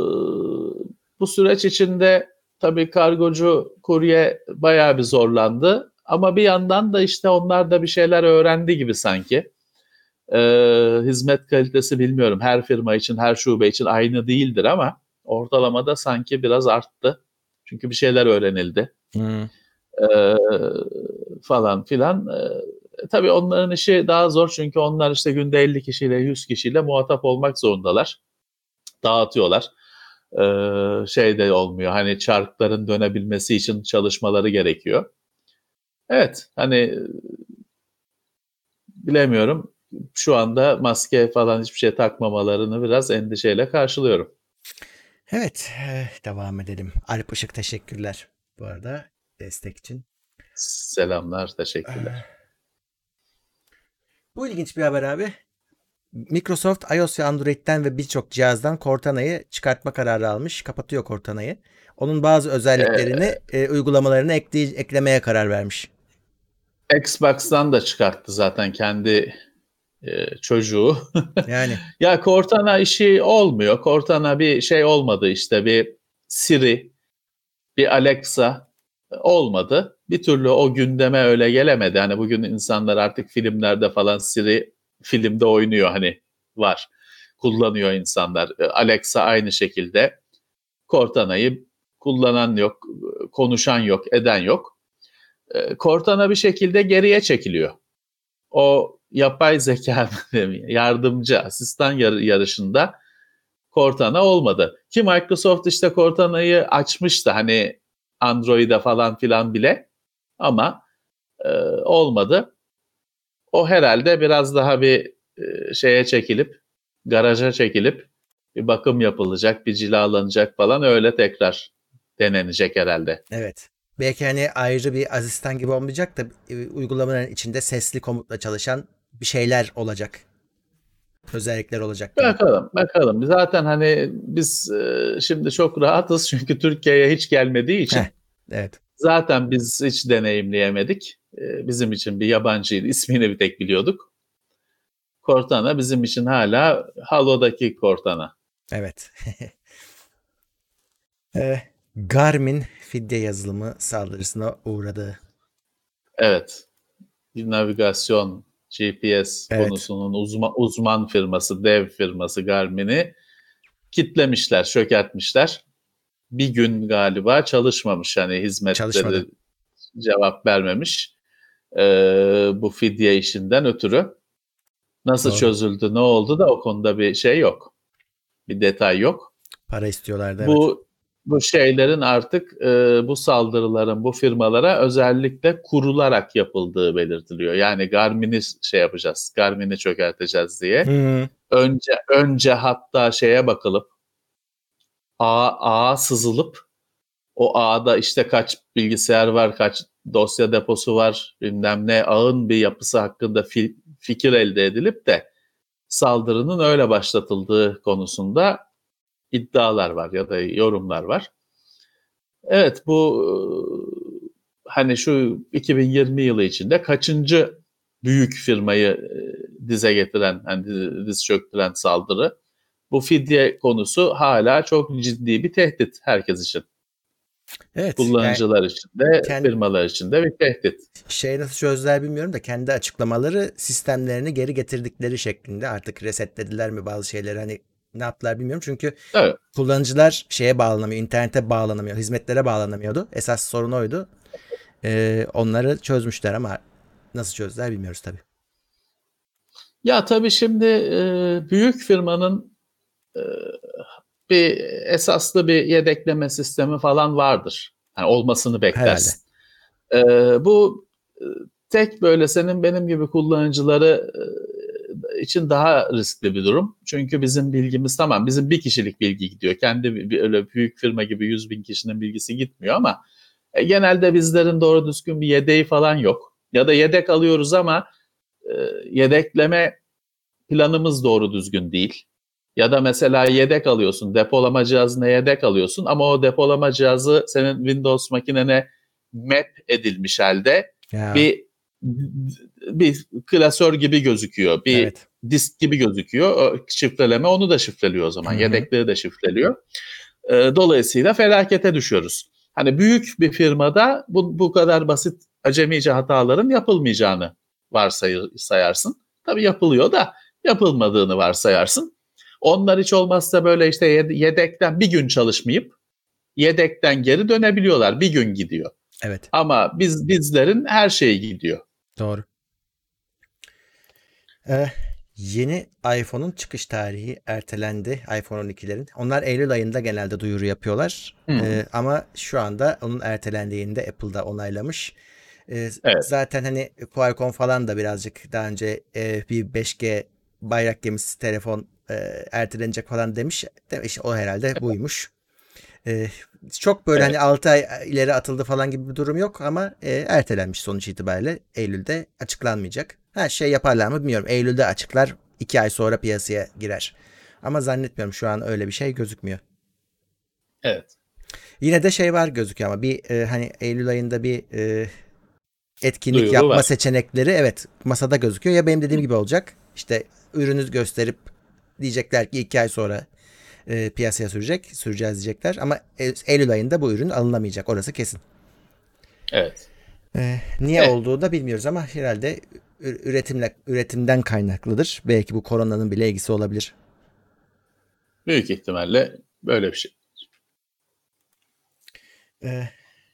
bu süreç içinde tabii kargocu, kurye bayağı bir zorlandı. Ama bir yandan da işte onlar da bir şeyler öğrendi gibi sanki. Ee, hizmet kalitesi bilmiyorum. Her firma için, her şube için aynı değildir ama ortalamada sanki biraz arttı. Çünkü bir şeyler öğrenildi. Hmm. Ee, falan filan. Ee, tabii onların işi daha zor çünkü onlar işte günde elli kişiyle, yüz kişiyle muhatap olmak zorundalar. Dağıtıyorlar. Ee, şey de olmuyor. Hani çarkların dönebilmesi için çalışmaları gerekiyor. Evet, hani bilemiyorum. Şu anda maske falan hiçbir şey takmamalarını biraz endişeyle karşılıyorum. Evet, devam edelim. Alp Işık teşekkürler bu arada destek için. Selamlar, teşekkürler. Bu ilginç bir haber abi. Microsoft iOS ve Android'den ve birçok cihazdan Cortana'yı çıkartma kararı almış. Kapatıyor Cortana'yı. Onun bazı özelliklerini, ee, e, uygulamalarını ekley- eklemeye karar vermiş. Xbox'tan da çıkarttı zaten kendi e, çocuğu. Yani. Ya Cortana işi olmuyor. Cortana bir şey olmadı işte, bir Siri, bir Alexa olmadı. Bir türlü o gündeme öyle gelemedi. Hani bugün insanlar artık filmlerde falan Siri filmde oynuyor, hani var. Kullanıyor insanlar. Alexa aynı şekilde. Cortana'yı kullanan yok, konuşan yok, eden yok. Cortana bir şekilde geriye çekiliyor. O yapay zeka yardımcı asistan yarışında Cortana olmadı. Ki Microsoft işte Cortana'yı açmıştı hani Android'e falan filan bile, ama e, olmadı. O herhalde biraz daha bir e, şeye çekilip, garaja çekilip bir bakım yapılacak, bir cilalanacak falan, öyle tekrar denenecek herhalde. Evet. Belki hani ayrı bir asistan gibi olmayacak da e, uygulamaların içinde sesli komutla çalışan bir şeyler olacak. Özellikler olacak gibi. Bakalım, bakalım. Zaten hani biz e, şimdi çok rahatız çünkü Türkiye'ye hiç gelmediği için. Heh, evet. Zaten biz hiç deneyimleyemedik. E, bizim için bir yabancıydı. İsmini bir tek biliyorduk. Cortana bizim için hala Halo'daki Cortana. Evet. e, Garmin fidye yazılımı saldırısına uğradı. Evet. Bir navigasyon, G P S evet. konusunun uzman, uzman firması, dev firması Garmin'i kitlemişler, çökertmişler. Bir gün galiba çalışmamış, hani hizmetleri Çalışmadı. cevap vermemiş. Ee, bu fidye işinden ötürü. Nasıl Doğru. çözüldü, ne oldu da o konuda bir şey yok. Bir detay yok. Para istiyorlardı. Bu evet. bu şeylerin artık e, bu saldırıların bu firmalara özellikle kurularak yapıldığı belirtiliyor. Yani Garmin'i şey yapacağız, Garmin'i çökerteceğiz diye. Hı-hı. Önce önce hatta şeye bakılıp ağ, ağa sızılıp o ağda işte kaç bilgisayar var, kaç dosya deposu var, bilmem ne, ağın bir yapısı hakkında fi- fikir elde edilip de saldırının öyle başlatıldığı konusunda iddialar var ya da yorumlar var. Evet, bu hani şu iki bin yirmi yılı içinde kaçıncı büyük firmayı dize getiren, yani diz çöktüren saldırı. Bu fidye konusu hala çok ciddi bir tehdit herkes için. Evet. Kullanıcılar yani, için de kendi, firmalar için de bir tehdit. Şey nasıl çözdüler bilmiyorum da kendi açıklamaları sistemlerini geri getirdikleri şeklinde, artık resetlediler mi bazı şeyleri, hani ne yaptılar bilmiyorum. Çünkü evet. kullanıcılar şeye bağlanamıyor, internete bağlanamıyor, hizmetlere bağlanamıyordu. Esas sorun oydu. Ee, onları çözmüşler ama nasıl çözdüler bilmiyoruz tabii. Ya tabii şimdi e, büyük firmanın e, bir esaslı bir yedekleme sistemi falan vardır. Yani olmasını beklersin. E, bu e, tek böyle senin benim gibi kullanıcıları e, için daha riskli bir durum. Çünkü bizim bilgimiz tamam, bizim bir kişilik bilgi gidiyor. Kendi bir, öyle büyük firma gibi yüz bin kişinin bilgisi gitmiyor ama e, genelde bizlerin doğru düzgün bir yedeği falan yok. Ya da yedek alıyoruz ama e, yedekleme planımız doğru düzgün değil. Ya da mesela yedek alıyorsun, depolama cihazına yedek alıyorsun ama o depolama cihazı senin Windows makinene map edilmiş halde ya. bir bir klasör gibi gözüküyor. Bir evet. disk gibi gözüküyor. O şifreleme onu da şifreliyor o zaman. Hı-hı. Yedekleri de şifreliyor. Ee, dolayısıyla felakete düşüyoruz. Hani büyük bir firmada bu, bu kadar basit acemice hataların yapılmayacağını varsayarsın. Tabii yapılıyor da yapılmadığını varsayarsın. Onlar hiç olmazsa böyle işte yedekten bir gün çalışmayıp yedekten geri dönebiliyorlar. Bir gün gidiyor. Evet. Ama biz bizlerin her şeyi gidiyor. Doğru. Ee, yeni iPhone'un çıkış tarihi ertelendi. iPhone on ikilerin. Onlar Eylül ayında genelde duyuru yapıyorlar. Ee, ama şu anda onun ertelendiğini de Apple'da onaylamış. Ee, evet. Zaten hani Qualcomm falan da birazcık daha önce e, bir beş G bayrak gemisi telefon e, ertelenecek falan demiş. demiş. O herhalde buymuş. Ee, çok böyle evet. hani altı ay ileri atıldı falan gibi bir durum yok ama e, ertelenmiş sonuç itibariyle. Eylül'de açıklanmayacak. Ha şey yaparlar mı bilmiyorum. Eylül'de açıklar, iki ay sonra piyasaya girer. Ama zannetmiyorum, şu an öyle bir şey gözükmüyor. Evet. Yine de şey var gözüküyor ama bir e, hani Eylül ayında bir e, etkinlik Duyuru yapma var. seçenekleri evet masada gözüküyor. Ya benim dediğim gibi olacak. İşte ürünü gösterip diyecekler ki iki ay sonra e, piyasaya sürecek, süreceğiz diyecekler. Ama e, Eylül ayında bu ürün alınamayacak. Orası kesin. Evet. E, niye Evet. olduğunu da bilmiyoruz ama herhalde üretimle üretimden kaynaklıdır. Belki bu koronanın bile ilgisi olabilir. Büyük ihtimalle böyle bir şey. E,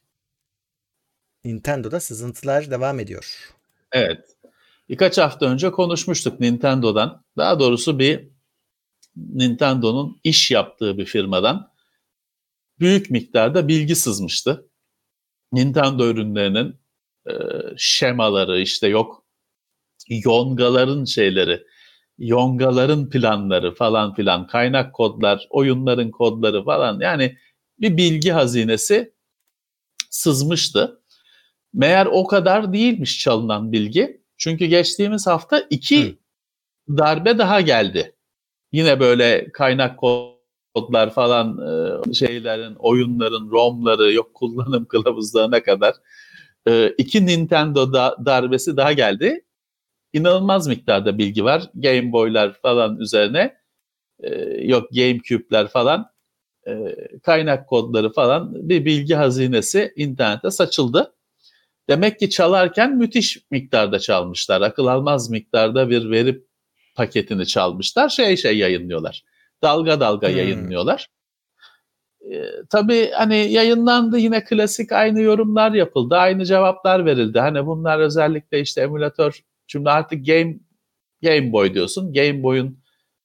Nintendo'da sızıntılar devam ediyor. Evet. Birkaç hafta önce konuşmuştuk Nintendo'dan. Daha doğrusu bir Nintendo'nun iş yaptığı bir firmadan büyük miktarda bilgi sızmıştı. Nintendo ürünlerinin e, şemaları, işte yok yongaların şeyleri, yongaların planları falan filan, kaynak kodlar, oyunların kodları falan, yani bir bilgi hazinesi sızmıştı. Meğer o kadar değilmiş çalınan bilgi. Çünkü geçtiğimiz hafta iki Hı. darbe daha geldi. Yine böyle kaynak kodlar falan, şeylerin, oyunların, ROM'ları, yok kullanım kılavuzlarına kadar iki Nintendo darbesi daha geldi. İnanılmaz miktarda bilgi var. Game Boy'lar falan üzerine, yok GameCube'ler falan, kaynak kodları falan, bir bilgi hazinesi internete saçıldı. Demek ki çalarken müthiş miktarda çalmışlar. Akıl almaz miktarda bir veri paketini çalmışlar. Şey şey yayınlıyorlar. Dalga dalga hmm. yayınlıyorlar. Ee, tabii hani yayınlandı, yine klasik aynı yorumlar yapıldı. Aynı cevaplar verildi. Hani bunlar özellikle işte emülatör. Şimdi artık Game Game Boy diyorsun. Game Boy'un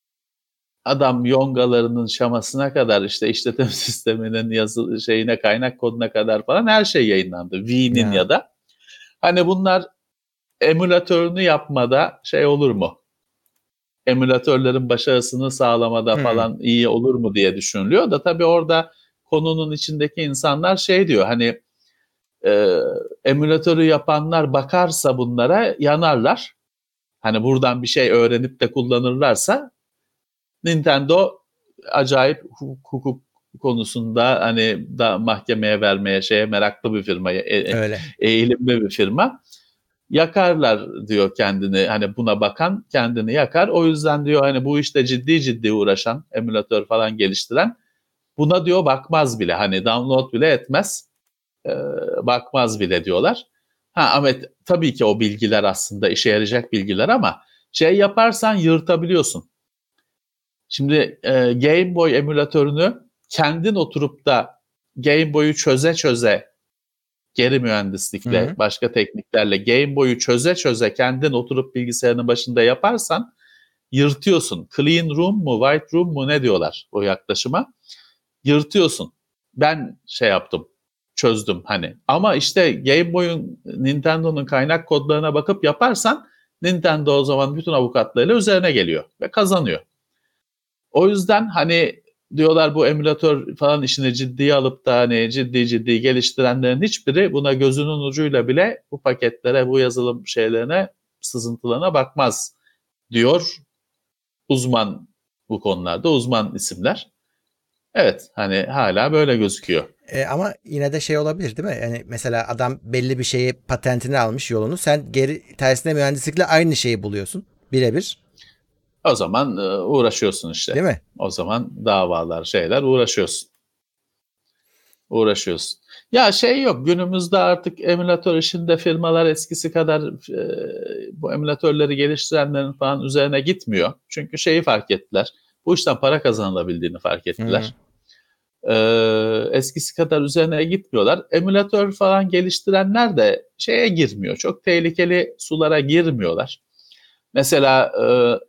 adam yongalarının şamasına kadar, işte işletim sisteminin yazı şeyine, kaynak koduna kadar falan her şey yayınlandı. Wii'nin ya. ya da hani bunlar emülatörünü yapmada şey olur mu? Emülatörlerin başarısını sağlamada hmm. falan iyi olur mu diye düşünülüyor da tabii orada konunun içindeki insanlar şey diyor, hani e, emülatörü yapanlar bakarsa bunlara yanarlar. Hani buradan bir şey öğrenip de kullanırlarsa, Nintendo acayip hukuk konusunda hani da mahkemeye vermeye şeye meraklı bir firma, e, eğilimli bir firma. Yakarlar diyor kendini, hani buna bakan kendini yakar. O yüzden diyor hani bu işte ciddi ciddi uğraşan, emülatör falan geliştiren buna diyor bakmaz bile, hani download bile etmez, e, bakmaz bile diyorlar. Ha Ahmet, tabii ki o bilgiler aslında işe yarayacak bilgiler ama şey yaparsan yırtabiliyorsun. Şimdi e, Game Boy emülatörünü kendin oturup da Game Boy'u çöze çöze, geri mühendislikle, Hı-hı. başka tekniklerle Game Boy'u çöze çöze kendin oturup bilgisayarın başında yaparsan yırtıyorsun. Clean room mu, white room mu ne diyorlar o yaklaşıma? Yırtıyorsun. Ben şey yaptım, çözdüm hani. Ama işte Game Boy'un, Nintendo'nun kaynak kodlarına bakıp yaparsan Nintendo o zaman bütün avukatlarıyla üzerine geliyor ve kazanıyor. O yüzden hani diyorlar bu emülatör falan işini ciddiye alıp da hani ciddi ciddi geliştirenlerin hiçbiri buna gözünün ucuyla bile bu paketlere, bu yazılım şeylerine, sızıntılarına bakmaz diyor uzman, bu konularda uzman isimler. Evet, hani hala böyle gözüküyor. E, ama yine de şey olabilir değil mi? Yani mesela adam belli bir şeyi, patentini almış, yolunu. Sen geri tersine mühendislikle aynı şeyi buluyorsun. Birebir. O zaman uğraşıyorsun işte. Değil mi? O zaman davalar, şeyler, uğraşıyorsun. Uğraşıyorsun. Ya şey yok, günümüzde artık emülatör işinde firmalar eskisi kadar e, bu emülatörleri geliştirenlerin falan üzerine gitmiyor. Çünkü şeyi fark ettiler. Bu işten para kazanılabildiğini fark ettiler. E, eskisi kadar üzerine gitmiyorlar. Emülatör falan geliştirenler de şeye girmiyor. Çok tehlikeli sulara girmiyorlar. Mesela e,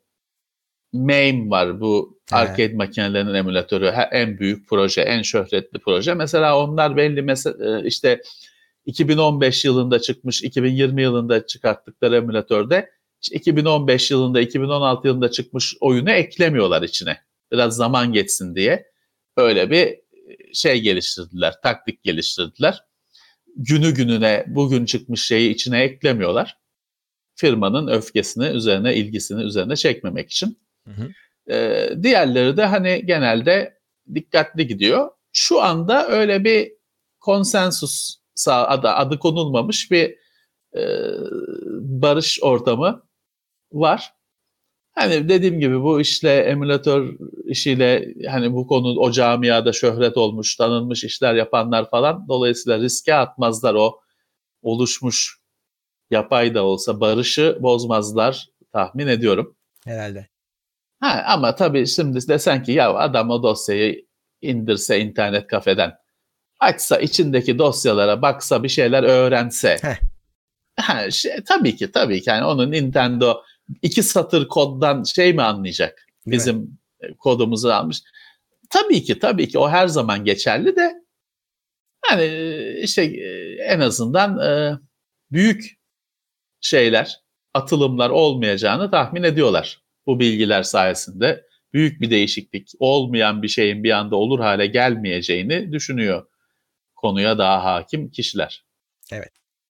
MAME var, bu arcade evet. makinelerinin emülatörü, en büyük proje, en şöhretli proje. Mesela onlar belli mesela işte iki bin on beş yılında çıkmış, iki bin yirmi yılında çıkarttıkları emülatörde işte iki bin on beş yılında, iki bin on altı yılında çıkmış oyunu eklemiyorlar içine. Biraz zaman geçsin diye öyle bir şey geliştirdiler, taktik geliştirdiler. Günü gününe bugün çıkmış şeyi içine eklemiyorlar. Firmanın öfkesini üzerine, ilgisini üzerine çekmemek için. Hı hı. Ee, diğerleri de hani genelde dikkatli gidiyor. Şu anda öyle bir konsensus, adı, adı konulmamış bir e, barış ortamı var. Hani dediğim gibi bu işle, emülatör işiyle, hani bu konu o camiada şöhret olmuş, tanınmış işler yapanlar falan, dolayısıyla riske atmazlar, o oluşmuş yapay da olsa barışı bozmazlar tahmin ediyorum. Herhalde. Ha, ama tabii şimdi desen ki ya adam o dosyayı indirse internet kafeden, açsa içindeki dosyalara baksa, bir şeyler öğrense. Ha, şey, tabii ki tabii ki yani onun Nintendo iki satır koddan şey mi anlayacak? Değil Bizim mi? kodumuzu almış. Tabii ki tabii ki o her zaman geçerli de hani işte en azından e, büyük şeyler, atılımlar olmayacağını tahmin ediyorlar. Bu bilgiler sayesinde büyük bir değişiklik, olmayan bir şeyin bir anda olur hale gelmeyeceğini düşünüyor konuya daha hakim kişiler. Evet.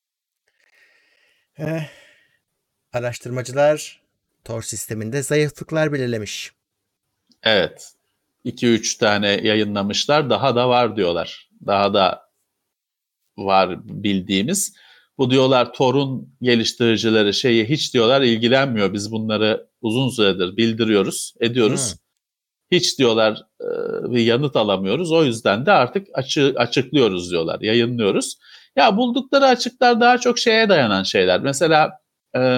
Eh, araştırmacılar Tor sisteminde zayıflıklar belirlemiş. Evet. iki üç tane yayınlamışlar. Daha da var diyorlar. Daha da var bildiğimiz. Bu diyorlar Tor'un geliştiricileri şeyi hiç diyorlar ilgilenmiyor. Biz bunları uzun süredir bildiriyoruz, ediyoruz. Hmm. Hiç diyorlar bir yanıt alamıyoruz. O yüzden de artık açı, açıklıyoruz diyorlar, yayınlıyoruz. Ya buldukları açıklar daha çok şeye dayanan şeyler. Mesela e,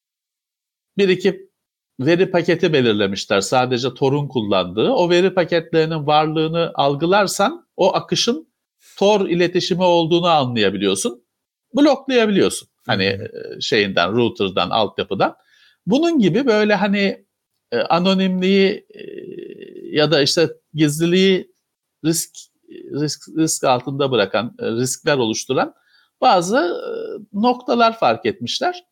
bir iki veri paketi belirlemişler sadece Tor'un kullandığı. O veri paketlerinin varlığını algılarsan o akışın Tor iletişimi olduğunu anlayabiliyorsun. Bloklayabiliyorsun. Hani hmm. şeyinden, router'dan, altyapıdan. Bunun gibi böyle hani e, anonimliği e, ya da işte gizliliği risk risk risk altında bırakan, e, riskler oluşturan bazı e, noktalar fark etmişler.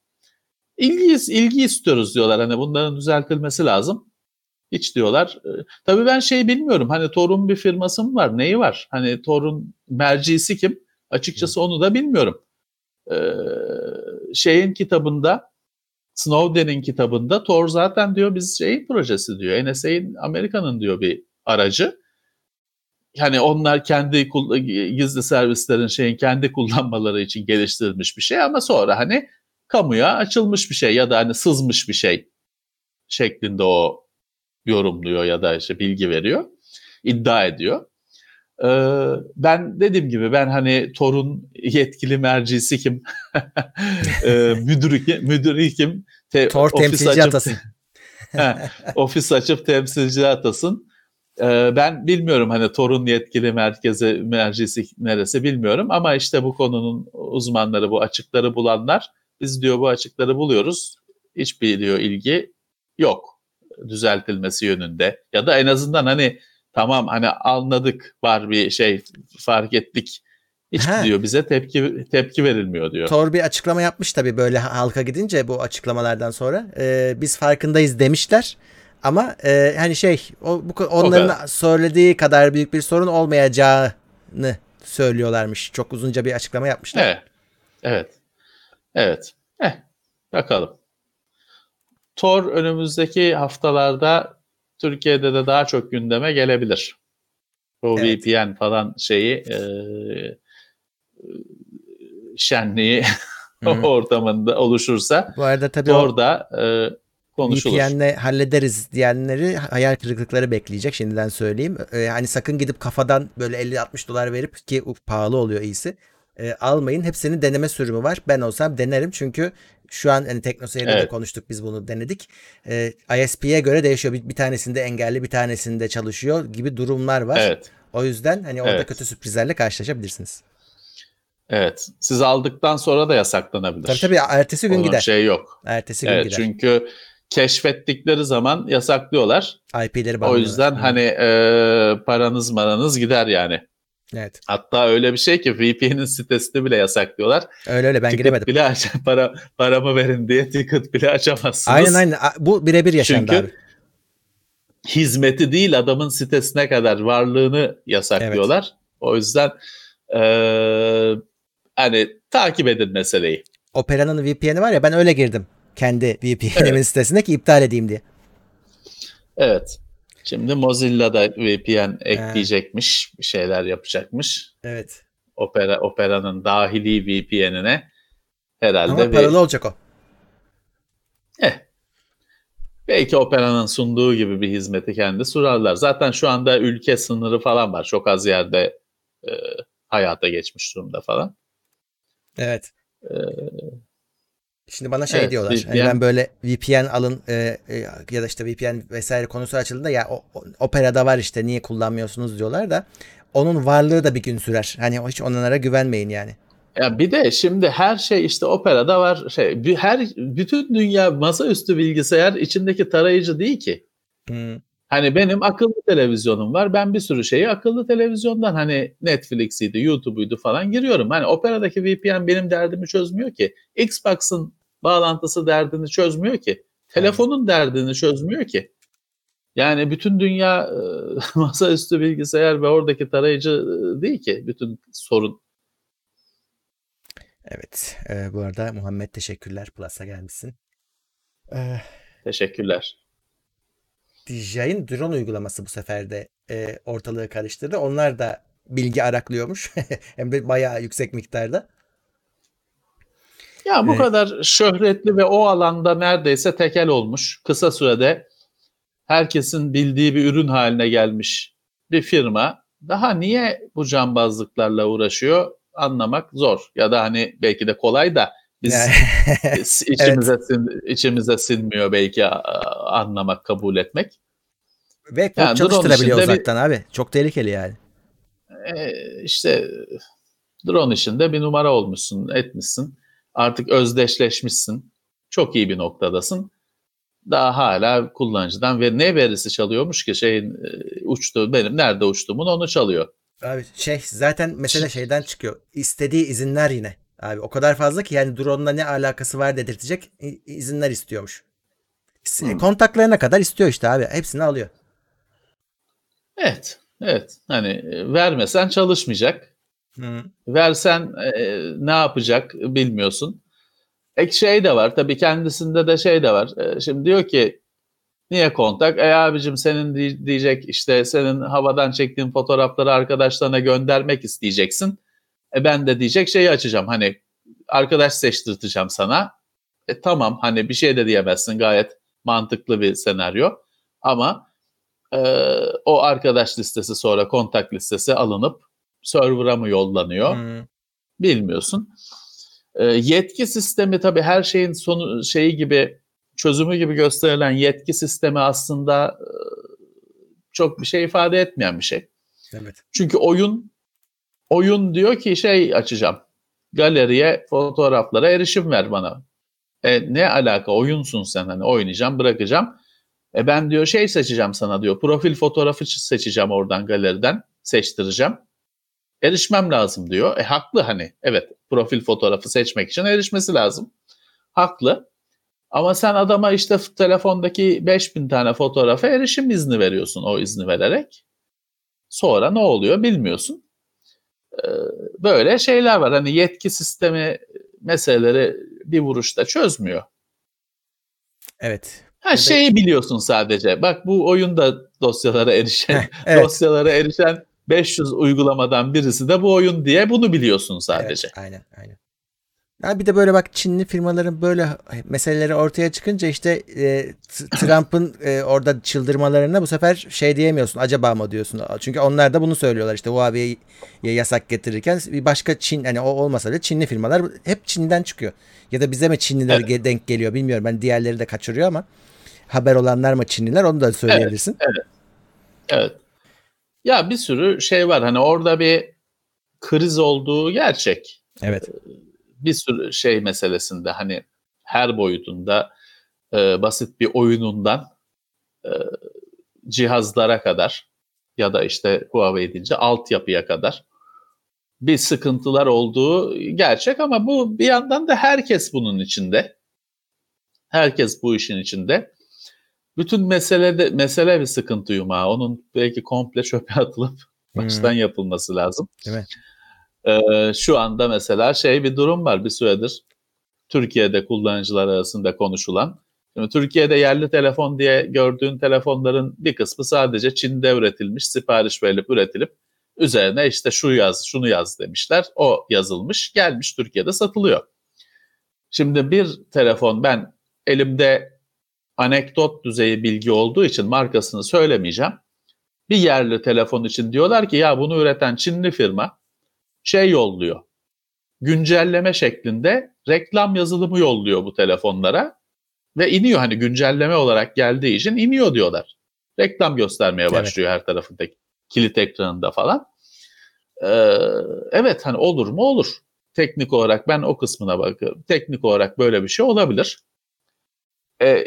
İlgi, ilgi istiyoruz diyorlar. Hani bunların düzeltilmesi lazım. Hiç diyorlar. E, tabii ben şey bilmiyorum. Hani Tor'un bir firması mı var? Neyi var? Hani Tor'un mercisi kim? Açıkçası onu da bilmiyorum. E, şeyin kitabında, Snowden'in kitabında Tor zaten diyor biz şeyin projesi diyor. N S A'in, Amerika'nın diyor bir aracı. Yani onlar kendi gizli servislerin şeyin kendi kullanmaları için geliştirilmiş bir şey ama sonra hani kamuya açılmış bir şey ya da hani sızmış bir şey şeklinde o yorumluyor ya da işte bilgi veriyor, iddia ediyor. Ee, ben dediğim gibi ben hani Tor'un yetkili mercisi kim, ee, müdürü, müdürü kim, Te, Tor temsilci açıp, atasın. he, ofis açıp temsilci atasın. Ee, ben bilmiyorum hani Tor'un yetkili merkezi, mercisi neresi bilmiyorum ama işte bu konunun uzmanları, bu açıkları bulanlar, biz diyor bu açıkları buluyoruz. Hiçbir diyor ilgi yok düzeltilmesi yönünde ya da en azından hani tamam hani anladık var bir şey fark ettik. Hiç He. diyor bize tepki tepki verilmiyor diyor. Tor bir açıklama yapmış tabii böyle halka gidince bu açıklamalardan sonra. Ee, biz farkındayız demişler. Ama e, hani şey o, bu, onların o söylediği kadar büyük bir sorun olmayacağını söylüyorlarmış. Çok uzunca bir açıklama yapmışlar. Evet. Evet. Evet. Eh, bakalım. Tor önümüzdeki haftalarda Türkiye'de de daha çok gündeme gelebilir. O evet. V P N falan şeyi e, şenliği ortamında oluşursa bu arada tabii Tor'da e, konuşulur. V P N'le hallederiz diyenleri hayal kırıklıkları bekleyecek, şimdiden söyleyeyim. Ee, hani sakın gidip kafadan böyle elli altmış dolar verip, ki pahalı oluyor iyisi, e, almayın. Hepsinin deneme sürümü var. Ben olsam denerim çünkü şu an hani TeknoSeyir'de evet. de konuştuk, biz bunu denedik. Ee, I S P'ye göre değişiyor. Bir, bir tanesinde engelli, bir tanesinde çalışıyor gibi durumlar var. Evet. O yüzden hani orada evet. kötü sürprizlerle karşılaşabilirsiniz. Evet. Siz aldıktan sonra da yasaklanabilir. Tabii tabii ertesi gün Onun gider. şey yok. Ertesi gün evet, gider. Çünkü keşfettikleri zaman yasaklıyorlar. I P'leri bağlıyorlar. O yüzden hmm. hani e, paranız maranız gider yani. Evet. Hatta öyle bir şey ki V P N'in sitesini bile yasaklıyorlar. Öyle öyle ben ticket giremedim. Bile aç, para, paramı verin diye ticket bile açamazsınız. Aynen aynen. Bu birebir yaşandı Çünkü abi. hizmeti değil adamın sitesine kadar varlığını yasaklıyorlar. Evet. O yüzden e, hani takip edin meseleyi. Opera'nın V P N'i var ya, ben öyle girdim. Kendi V P N''imin evet. sitesine ki iptal edeyim diye. Evet. Şimdi Mozilla da V P N ekleyecekmiş. Ha. Bir şeyler yapacakmış. Evet. Opera, Opera'nın dahili V P N'ine herhalde. Ama paralı bir... olacak o. Eh. Belki Opera'nın sunduğu gibi bir hizmeti kendi sunarlar. Zaten şu anda ülke sınırı falan var. Çok az yerde e, hayata geçmiş durumda falan. Evet. Ee, Şimdi bana şey evet, diyorlar. V P N... Hani ben böyle V P N alın e, e, ya da işte V P N vesaire konusu açıldığında ya o, o, Opera'da var işte niye kullanmıyorsunuz diyorlar da onun varlığı da bir gün sürer. Hani hiç onlara güvenmeyin yani. Ya bir de şimdi her şey işte Opera'da var. Şey, bir, her bütün dünya masaüstü bilgisayar içindeki tarayıcı değil ki. Hmm. Hani benim akıllı televizyonum var. Ben bir sürü şeyi akıllı televizyondan hani Netflix'iydi, YouTube'uydu falan giriyorum. Hani Opera'daki V P N benim derdimi çözmüyor ki. Xbox'ın bağlantısı derdini çözmüyor ki. Telefonun Aynen. derdini çözmüyor ki. Yani bütün dünya e, masaüstü bilgisayar ve oradaki tarayıcı e, değil ki bütün sorun. Evet. E, bu arada Muhammed teşekkürler. Plus'a gelmişsin. E, Teşekkürler. D J I'nin drone uygulaması bu sefer de e, ortalığı karıştırdı. Onlar da bilgi araklıyormuş. Hem de bayağı yüksek miktarda. Ya bu Ee, kadar şöhretli ve o alanda neredeyse tekel olmuş. Kısa sürede herkesin bildiği bir ürün haline gelmiş bir firma. Daha niye bu cambazlıklarla uğraşıyor anlamak zor. Ya da hani belki de kolay da biz içimize evet. sin, içimize sinmiyor belki anlamak, kabul etmek. Ve kod yani çalıştırabiliyor uzaktan bir, abi. Çok tehlikeli yani. E, işte drone işinde bir numara olmuşsun, etmişsin. Artık özdeşleşmişsin. Çok iyi bir noktadasın. Daha hala kullanıcıdan ve ne verisi çalıyormuş ki şeyin uçtuğu benim nerede uçtuğumun onu çalıyor. Abi şey zaten mesele şeyden çıkıyor. İstediği izinler yine. Abi o kadar fazla ki yani drone'la ne alakası var dedirtecek izinler istiyormuş. Hmm. Kontaklarına kadar istiyor işte abi. Hepsini alıyor. Evet. Evet. Hani vermesen çalışmayacak. Hmm. Versen e, ne yapacak bilmiyorsun. Ek şey de var. Tabii kendisinde de şey de var. E, şimdi diyor ki niye kontak? E abicim senin diyecek işte senin havadan çektiğin fotoğrafları arkadaşlarına göndermek isteyeceksin. E ben de diyecek şeyi açacağım. Hani arkadaş seçtirteceğim sana. E tamam hani bir şey de diyemezsin. Gayet mantıklı bir senaryo. Ama e, o arkadaş listesi sonra kontak listesi alınıp server'a mı yollanıyor? Hmm. Bilmiyorsun. E, yetki sistemi tabii her şeyin sonu şeyi gibi çözümü gibi gösterilen yetki sistemi aslında e, çok bir şey ifade etmeyen bir şey. Evet. Çünkü oyun oyun diyor ki şey açacağım. Galeriye, fotoğraflara erişim ver bana. E, ne alaka? Oyunsun sen hani oynayacağım, bırakacağım. E ben diyor şey seçeceğim sana diyor. Profil fotoğrafı seçeceğim oradan galeriden. Seçtireceğim. Erişmem lazım diyor. E haklı hani. Evet profil fotoğrafı seçmek için erişmesi lazım. Haklı. Ama sen adama işte telefondaki beş bin tane fotoğrafa erişim izni veriyorsun o izni vererek. Sonra ne oluyor bilmiyorsun. Ee, böyle şeyler var. Hani yetki sistemi meseleleri bir vuruşta çözmüyor. Evet. Ha şeyi biliyorsun sadece. Bak bu oyunda dosyalara erişen, evet. dosyalara erişen beş yüz uygulamadan birisi de bu oyun diye bunu biliyorsun sadece. Evet, aynen, aynen. Ya bir de böyle bak Çinli firmaların böyle meseleleri ortaya çıkınca işte e, Trump'ın e, orada çıldırmalarına bu sefer şey diyemiyorsun. Acaba mı diyorsun? Çünkü onlar da bunu söylüyorlar işte Huawei'ye yasak getirirken bir başka Çin hani o olmasa bile Çinli firmalar hep Çin'den çıkıyor. Ya da bize mi Çinliler evet. denk geliyor bilmiyorum. Ben diğerleri de kaçırıyor ama haber olanlar mı Çinliler onu da söyleyebilirsin. Evet, evet. Evet. Ya bir sürü şey var. Hani orada bir kriz olduğu gerçek. Evet. Bir sürü şey meselesinde hani her boyutunda e, basit bir oyunundan e, cihazlara kadar ya da işte Huawei deyince altyapıya kadar bir sıkıntılar olduğu gerçek ama bu bir yandan da herkes bunun içinde. Herkes bu işin içinde. Bütün meselede mesele bir sıkıntı yumağı. Onun belki komple çöpe atılıp baştan hmm. yapılması lazım. Değil mi? Ee, şu anda mesela şey bir durum var bir süredir Türkiye'de kullanıcılar arasında konuşulan. Şimdi Türkiye'de yerli telefon diye gördüğün telefonların bir kısmı sadece Çin'de üretilmiş, sipariş verilip üretilip üzerine işte şu yaz, şunu yaz demişler. O yazılmış, gelmiş Türkiye'de satılıyor. Şimdi bir telefon, ben elimde anekdot düzeyi bilgi olduğu için markasını söylemeyeceğim. Bir yerli telefon için diyorlar ki ya bunu üreten Çinli firma şey yolluyor. Güncelleme şeklinde reklam yazılımı yolluyor bu telefonlara ve iniyor, hani güncelleme olarak geldiği için iniyor diyorlar. Reklam göstermeye başlıyor evet. Her tarafındaki kilit ekranında falan. Ee, evet hani olur mu? Olur. Teknik olarak ben o kısmına bakıyorum. Teknik olarak böyle bir şey olabilir. Ee,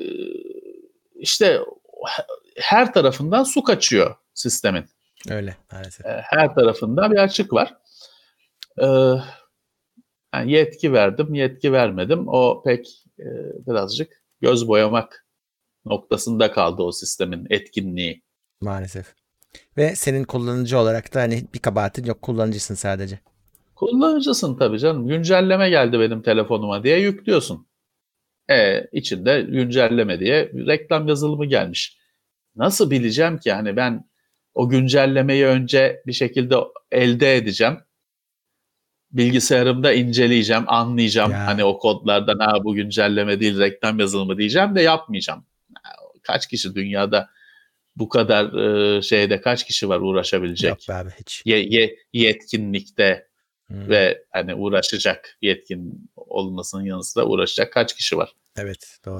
işte her tarafından su kaçıyor sistemin. Öyle maalesef. Ee, her tarafında bir açık var. Ee, yani yetki verdim, yetki vermedim. O pek e, birazcık göz boyamak noktasında kaldı o sistemin etkinliği. Maalesef. Ve senin kullanıcı olarak da hani bir kabahatin yok, kullanıcısın sadece. Kullanıcısın tabii canım. Güncelleme geldi benim telefonuma diye yüklüyorsun. E içinde güncelleme diye reklam yazılımı gelmiş. Nasıl bileceğim ki hani ben o güncellemeyi önce bir şekilde elde edeceğim. Bilgisayarımda inceleyeceğim, anlayacağım. Ya. Hani o kodlardan ha bu güncelleme değil reklam yazılımı diyeceğim de yapmayacağım. Kaç kişi dünyada bu kadar e, şeyde kaç kişi var uğraşabilecek? Yok be abi hiç. Ye, ye, yetkinlikte hmm. ve hani uğraşacak, yetkin olmasının yanı sıra uğraşacak kaç kişi var? Evet doğru.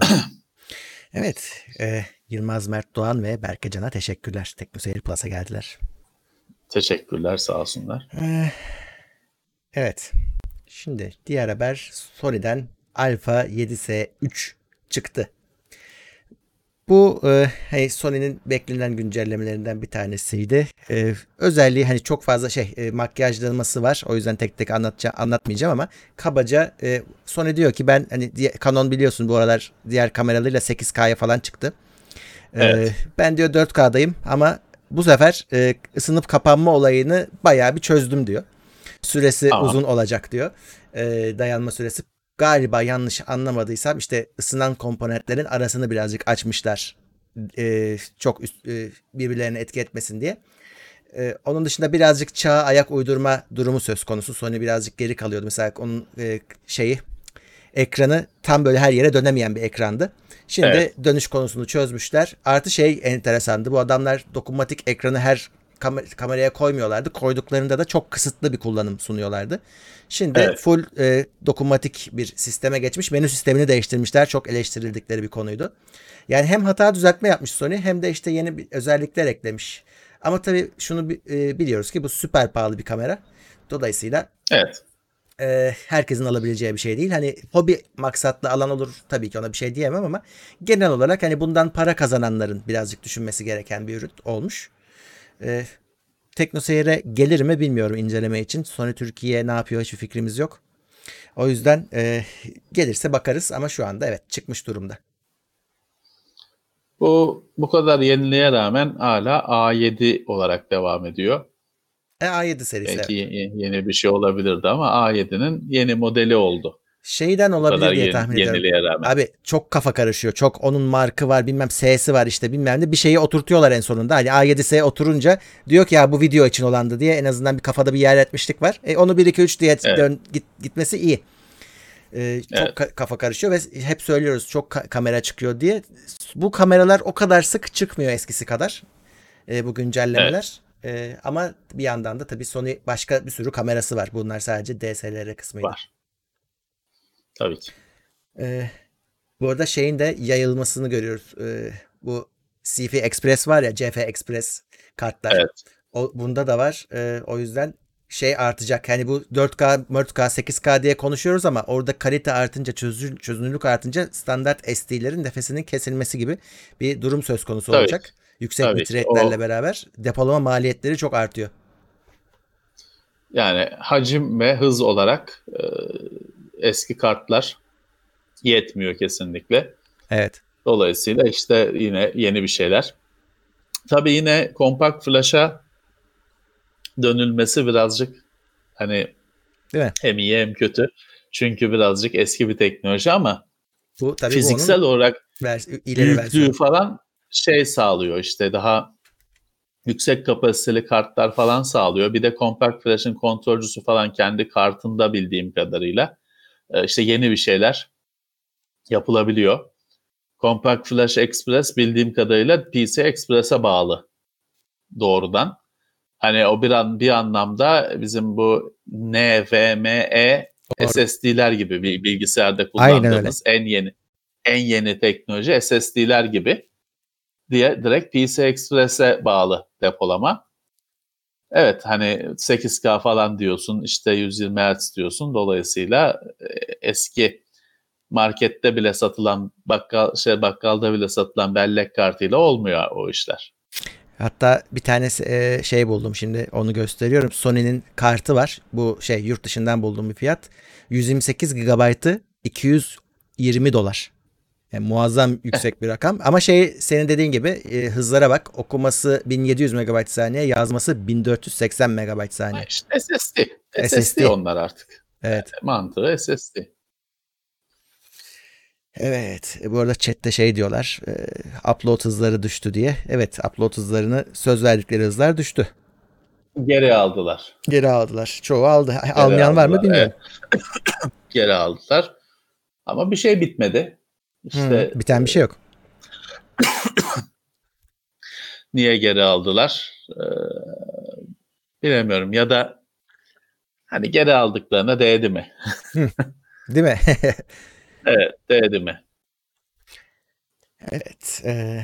Evet e, Yılmaz Mert Doğan ve Berke Can'a teşekkürler. TeknoSeyir Plus'a geldiler. Teşekkürler sağ olsunlar. Ee, evet. Şimdi diğer haber Sony'den Alpha yedi S üç çıktı. Bu e, hani Sony'nin beklenen güncellemelerinden bir tanesiydi. E, özelliği hani çok fazla şey e, makyajlaması var. O yüzden tek tek anlatacağım, anlatmayacağım ama kabaca e, Sony diyor ki ben hani Canon biliyorsun bu aralar diğer kameralarıyla sekiz K'ya falan çıktı. E, evet. Ben diyor dört K'dayım ama bu sefer e, ısınıp kapanma olayını bayağı bir çözdüm diyor. Süresi Aha. uzun olacak diyor. E, dayanma süresi. Galiba yanlış anlamadıysam işte ısınan komponentlerin arasını birazcık açmışlar. Ee, çok üst, e, birbirlerine etki etmesin diye. Ee, onun dışında birazcık çağa ayak uydurma durumu söz konusu. Sony birazcık geri kalıyordu. Mesela onun e, şeyi ekranı tam böyle her yere dönemeyen bir ekrandı. Şimdi evet. dönüş konusunu çözmüşler. Artı şey enteresandı. Bu adamlar dokunmatik ekranı her kamer- kameraya koymuyorlardı. Koyduklarında da çok kısıtlı bir kullanım sunuyorlardı. Şimdi evet. full e, dokunmatik bir sisteme geçmiş. Menü sistemini değiştirmişler. Çok eleştirildikleri bir konuydu. Yani hem hata düzeltme yapmış Sony hem de işte yeni bir özellikler eklemiş. Ama tabii şunu e, biliyoruz ki bu süper pahalı bir kamera. Dolayısıyla evet. e, herkesin alabileceği bir şey değil. Hani hobi maksatlı alan olur tabii ki ona bir şey diyemem ama genel olarak hani bundan para kazananların birazcık düşünmesi gereken bir ürün olmuş. E, TeknoSeyir'e gelir mi bilmiyorum inceleme için. Sony Türkiye ne yapıyor hiçbir fikrimiz yok. O yüzden e, gelirse bakarız ama şu anda evet çıkmış durumda. Bu bu kadar yeniliğe rağmen hala A yedi olarak devam ediyor. E, A yedi serisi. Belki evet. yeni, yeni bir şey olabilirdi ama A yedinin yeni modeli oldu. Şeyden olabilir diye yeni, tahmin ediyorum. Rağmen. Abi çok kafa karışıyor. Çok onun markı var, bilmem S'si var işte bilmem ne. Bir şeyi oturtuyorlar en sonunda. Hani A yedi S oturunca diyor ki ya bu video için olandı diye en azından bir kafada bir yer etmişlik var. E, onu bir iki üç diye evet. dön, git, gitmesi iyi. E, çok evet. ka- kafa karışıyor ve hep söylüyoruz çok ka- kamera çıkıyor diye. Bu kameralar o kadar sık çıkmıyor eskisi kadar. E, bu güncellemeler. Evet. E, ama bir yandan da tabii Sony başka bir sürü kamerası var. Bunlar sadece D S L R kısmıydı. Var. Tabii ki. Ee, bu arada şeyin de yayılmasını görüyoruz. Ee, bu C F Express var ya, C F Express kartlar. Evet. O, bunda da var. Ee, o yüzden şey artacak. Yani bu dört K, dört K, sekiz K diye konuşuyoruz ama orada kalite artınca, çözün, çözünürlük artınca standart S D'lerin nefesinin kesilmesi gibi bir durum söz konusu Tabii. olacak. Yüksek bitrate'lerle beraber depolama maliyetleri çok artıyor. Yani hacim ve hız olarak e, eski kartlar yetmiyor kesinlikle. Evet. Dolayısıyla işte yine yeni bir şeyler. Tabii yine kompakt flash'a dönülmesi birazcık hani değil mi? Hem iyi hem kötü. Çünkü birazcık eski bir teknoloji ama bu, tabii fiziksel bu olarak vers- büyüklüğü falan şey sağlıyor işte daha yüksek kapasiteli kartlar falan sağlıyor. Bir de kompakt flash'ın kontrolcüsü falan kendi kartında bildiğim kadarıyla. e, işte yeni bir şeyler yapılabiliyor. Compact Flash Express bildiğim kadarıyla P C Express'e bağlı doğrudan. Hani o bir an bir anlamda bizim bu NVMe S S D'ler gibi bir bilgisayarda kullandığımız en yeni en yeni teknoloji S S D'ler gibi diye direkt P C Express'e bağlı depolama. Evet hani sekiz K falan diyorsun, işte yüz yirmi hertz diyorsun. Dolayısıyla eski markette bile satılan bakkal şey bakkalda bile satılan bellek kartıyla olmuyor o işler. Hatta bir tane e, şey buldum, şimdi onu gösteriyorum. Sony'nin kartı var. Bu şey yurt dışından bulduğum bir fiyat. yüz yirmi sekiz gigabaytı iki yüz yirmi dolar. Yani muazzam yüksek bir rakam. Ama şey senin dediğin gibi e, hızlara bak. Okuması bin yedi yüz megabayt saniye, yazması bin dört yüz seksen megabayt saniye. İşte S S D. S S D onlar artık. Evet. Yani mantığı S S D. Evet. Bu arada chatte şey diyorlar. E, upload hızları düştü diye. Evet, upload hızlarını, söz verdikleri hızlar düştü. Geri aldılar. Geri aldılar. Çoğu aldı. Geri Almayan aldılar, var mı bilmiyorum. Evet. Geri aldılar. Ama bir şey bitmedi. İşte hmm, biten bir şey yok. Niye geri aldılar? Ee, bilemiyorum. Ya da hani geri aldıklarına değdi mi? Değil mi? Evet, değdi mi? Evet. E,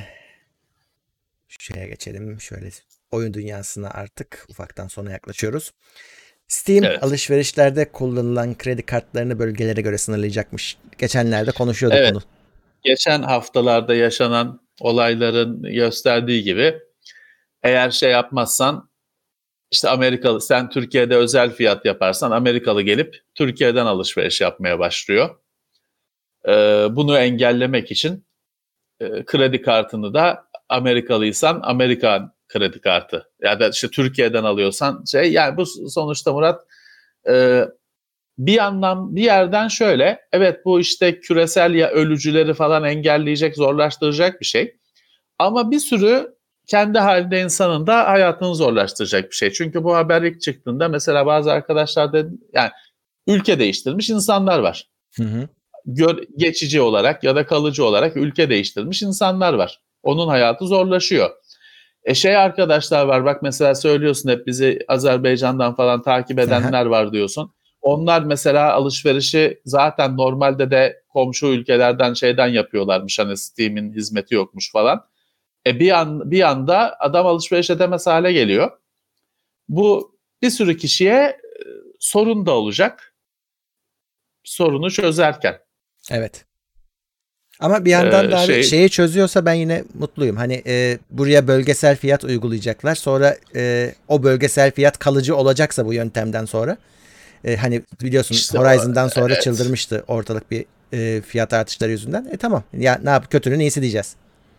şeye geçelim. Şöyle oyun dünyasına artık ufaktan sona yaklaşıyoruz. Steam evet. alışverişlerde kullanılan kredi kartlarını bölgelere göre sınırlayacakmış. Geçenlerde konuşuyorduk evet. bunu. Geçen haftalarda yaşanan olayların gösterdiği gibi eğer şey yapmazsan, işte Amerikalı, sen Türkiye'de özel fiyat yaparsan Amerikalı gelip Türkiye'den alışveriş yapmaya başlıyor. Ee, bunu engellemek için e, kredi kartını da Amerikalıysan Amerikan kredi kartı ya da işte Türkiye'den alıyorsan şey, yani bu sonuçta Murat e, bir anlam bir yerden şöyle, evet bu işte küresel ya ölücüleri falan engelleyecek, zorlaştıracak bir şey. Ama bir sürü kendi halinde insanın da hayatını zorlaştıracak bir şey. Çünkü bu haber ilk çıktığında mesela bazı arkadaşlar da yani ülke değiştirmiş insanlar var. Hı hı. Gör, geçici olarak ya da kalıcı olarak ülke değiştirmiş insanlar var. Onun hayatı zorlaşıyor. E şey arkadaşlar var, bak mesela söylüyorsun hep bizi Azerbaycan'dan falan takip edenler var diyorsun. Onlar mesela alışverişi zaten normalde de komşu ülkelerden şeyden yapıyorlarmış, hani Steam'in hizmeti yokmuş falan. E bir an bir anda adam alışveriş edemez hale geliyor. Bu bir sürü kişiye e, sorun da olacak. Sorunu çözerken. Evet. Ama bir yandan ee, da şey, şeyi çözüyorsa ben yine mutluyum. Hani e, buraya bölgesel fiyat uygulayacaklar. Sonra e, o bölgesel fiyat kalıcı olacaksa bu yöntemden sonra. E, hani biliyorsun işte Horizon'dan o, sonra evet. çıldırmıştı ortalık bir e, fiyat artışları yüzünden. E tamam. Ya ne yap, kötünün iyisi diyeceğiz.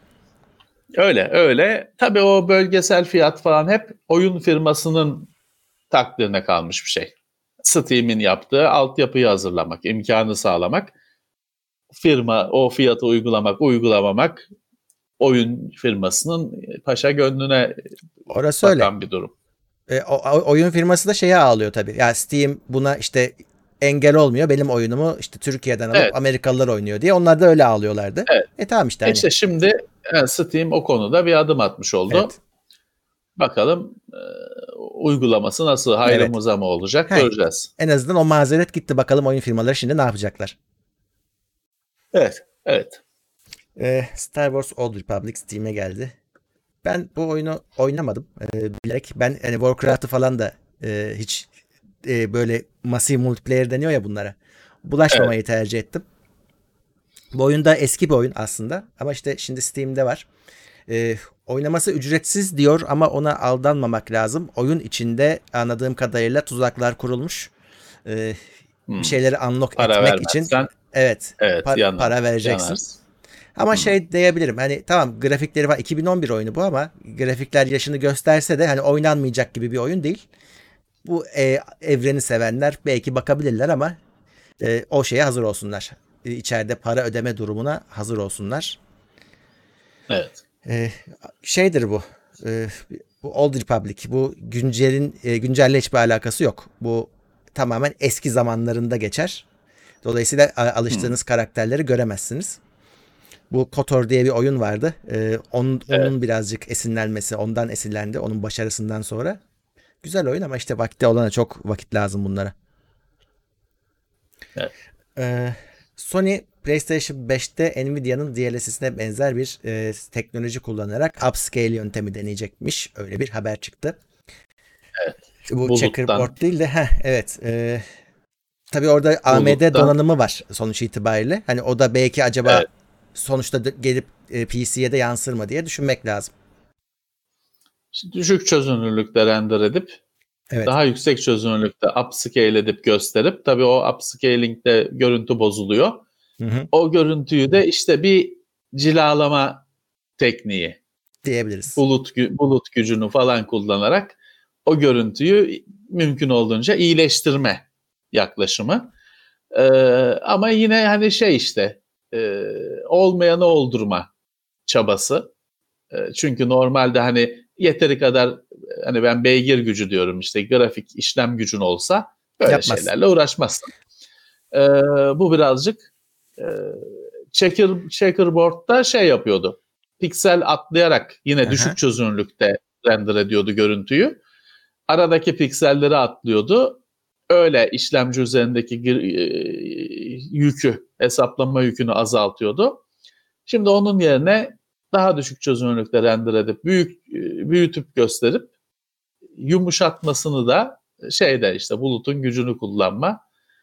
Öyle öyle. Tabii o bölgesel fiyat falan hep oyun firmasının takdirine kalmış bir şey. Steam'in yaptığı altyapıyı hazırlamak, imkanı sağlamak. Firma o fiyatı uygulamak, uygulamamak oyun firmasının paşa gönlüne Orası bakan öyle. bir durum. E, o, oyun firması da şeye ağlıyor tabii. Ya Steam buna işte engel olmuyor. Benim oyunumu işte Türkiye'den alıp evet. Amerikalılar oynuyor diye. Onlar da öyle ağlıyorlardı. Evet. E tamam işte. Hani. İşte şimdi yani Steam o konuda bir adım atmış oldu. Evet. Bakalım e, uygulaması nasıl, hayrımıza evet. mı olacak, He. göreceğiz. En azından o mazeret gitti. Bakalım oyun firmaları şimdi ne yapacaklar? Evet, evet. Ee, Star Wars Old Republic Steam'e geldi. Ben bu oyunu oynamadım. Ee, bilerek ben hani Warcraft'ı falan da e, hiç e, böyle masif multiplayer deniyor ya bunlara. Bulaşmamayı evet. tercih ettim. Bu oyun da eski bir oyun aslında. Ama işte şimdi Steam'de var. Ee, oynaması ücretsiz diyor ama ona aldanmamak lazım. Oyun içinde anladığım kadarıyla tuzaklar kurulmuş. Ee, hmm. Bir şeyleri unlock para etmek vermezsen, için evet, evet par- yanar, para vereceksin. Yanarsın. Ama hmm. şey diyebilirim. Hani tamam grafikleri var. iki bin on bir oyunu bu ama grafikler yaşını gösterse de hani oynanmayacak gibi bir oyun değil. Bu e, evreni sevenler belki bakabilirler ama e, o şeye hazır olsunlar. E, içeride para ödeme durumuna hazır olsunlar. Evet. E, şeydir bu. E, bu Old Republic. Bu güncelin e, güncelle hiçbir alakası yok. Bu tamamen eski zamanlarında geçer. Dolayısıyla alıştığınız hmm. karakterleri göremezsiniz. Bu KOTOR diye bir oyun vardı. Ee, onun, evet. onun birazcık esinlenmesi, ondan esinlendi. Onun başarısından sonra. Güzel oyun ama işte vakti olana çok vakit lazım bunlara. Evet. Ee, Sony PlayStation beşte Nvidia'nın D L S S'ine benzer bir e, teknoloji kullanarak upscale yöntemi deneyecekmiş. Öyle bir haber çıktı. Evet. Bu Buluttan. checkerboard değil de heh, evet. E, tabii orada A M D Buluttan. donanımı var sonuç itibariyle. Hani o da belki acaba evet. sonuçta gelip e, P C'ye de yansır mı diye düşünmek lazım. Şimdi düşük çözünürlükte render edip evet. daha yüksek çözünürlükte upscale edip gösterip tabii o upscaling'de görüntü bozuluyor. Hı hı. O görüntüyü de işte bir cilalama tekniği diyebiliriz. Bulut bulut gücünü falan kullanarak o görüntüyü mümkün olduğunca iyileştirme yaklaşımı. Ee, ama yine hani şey işte e, olmayanı oldurma çabası. E, çünkü normalde hani yeteri kadar hani ben beygir gücü diyorum işte grafik işlem gücün olsa böyle Yapmaz. şeylerle uğraşmazsın. Ee, bu birazcık e, checker, checkerboard'da şey yapıyordu. Piksel atlayarak yine Aha. düşük çözünürlükte render ediyordu görüntüyü. Aradaki pikselleri atlıyordu. Öyle işlemci üzerindeki e, yükü, hesaplama yükünü azaltıyordu. Şimdi onun yerine daha düşük çözünürlükte render edip büyük büyütüp gösterip yumuşatmasını da şeyde işte bulutun gücünü kullanma.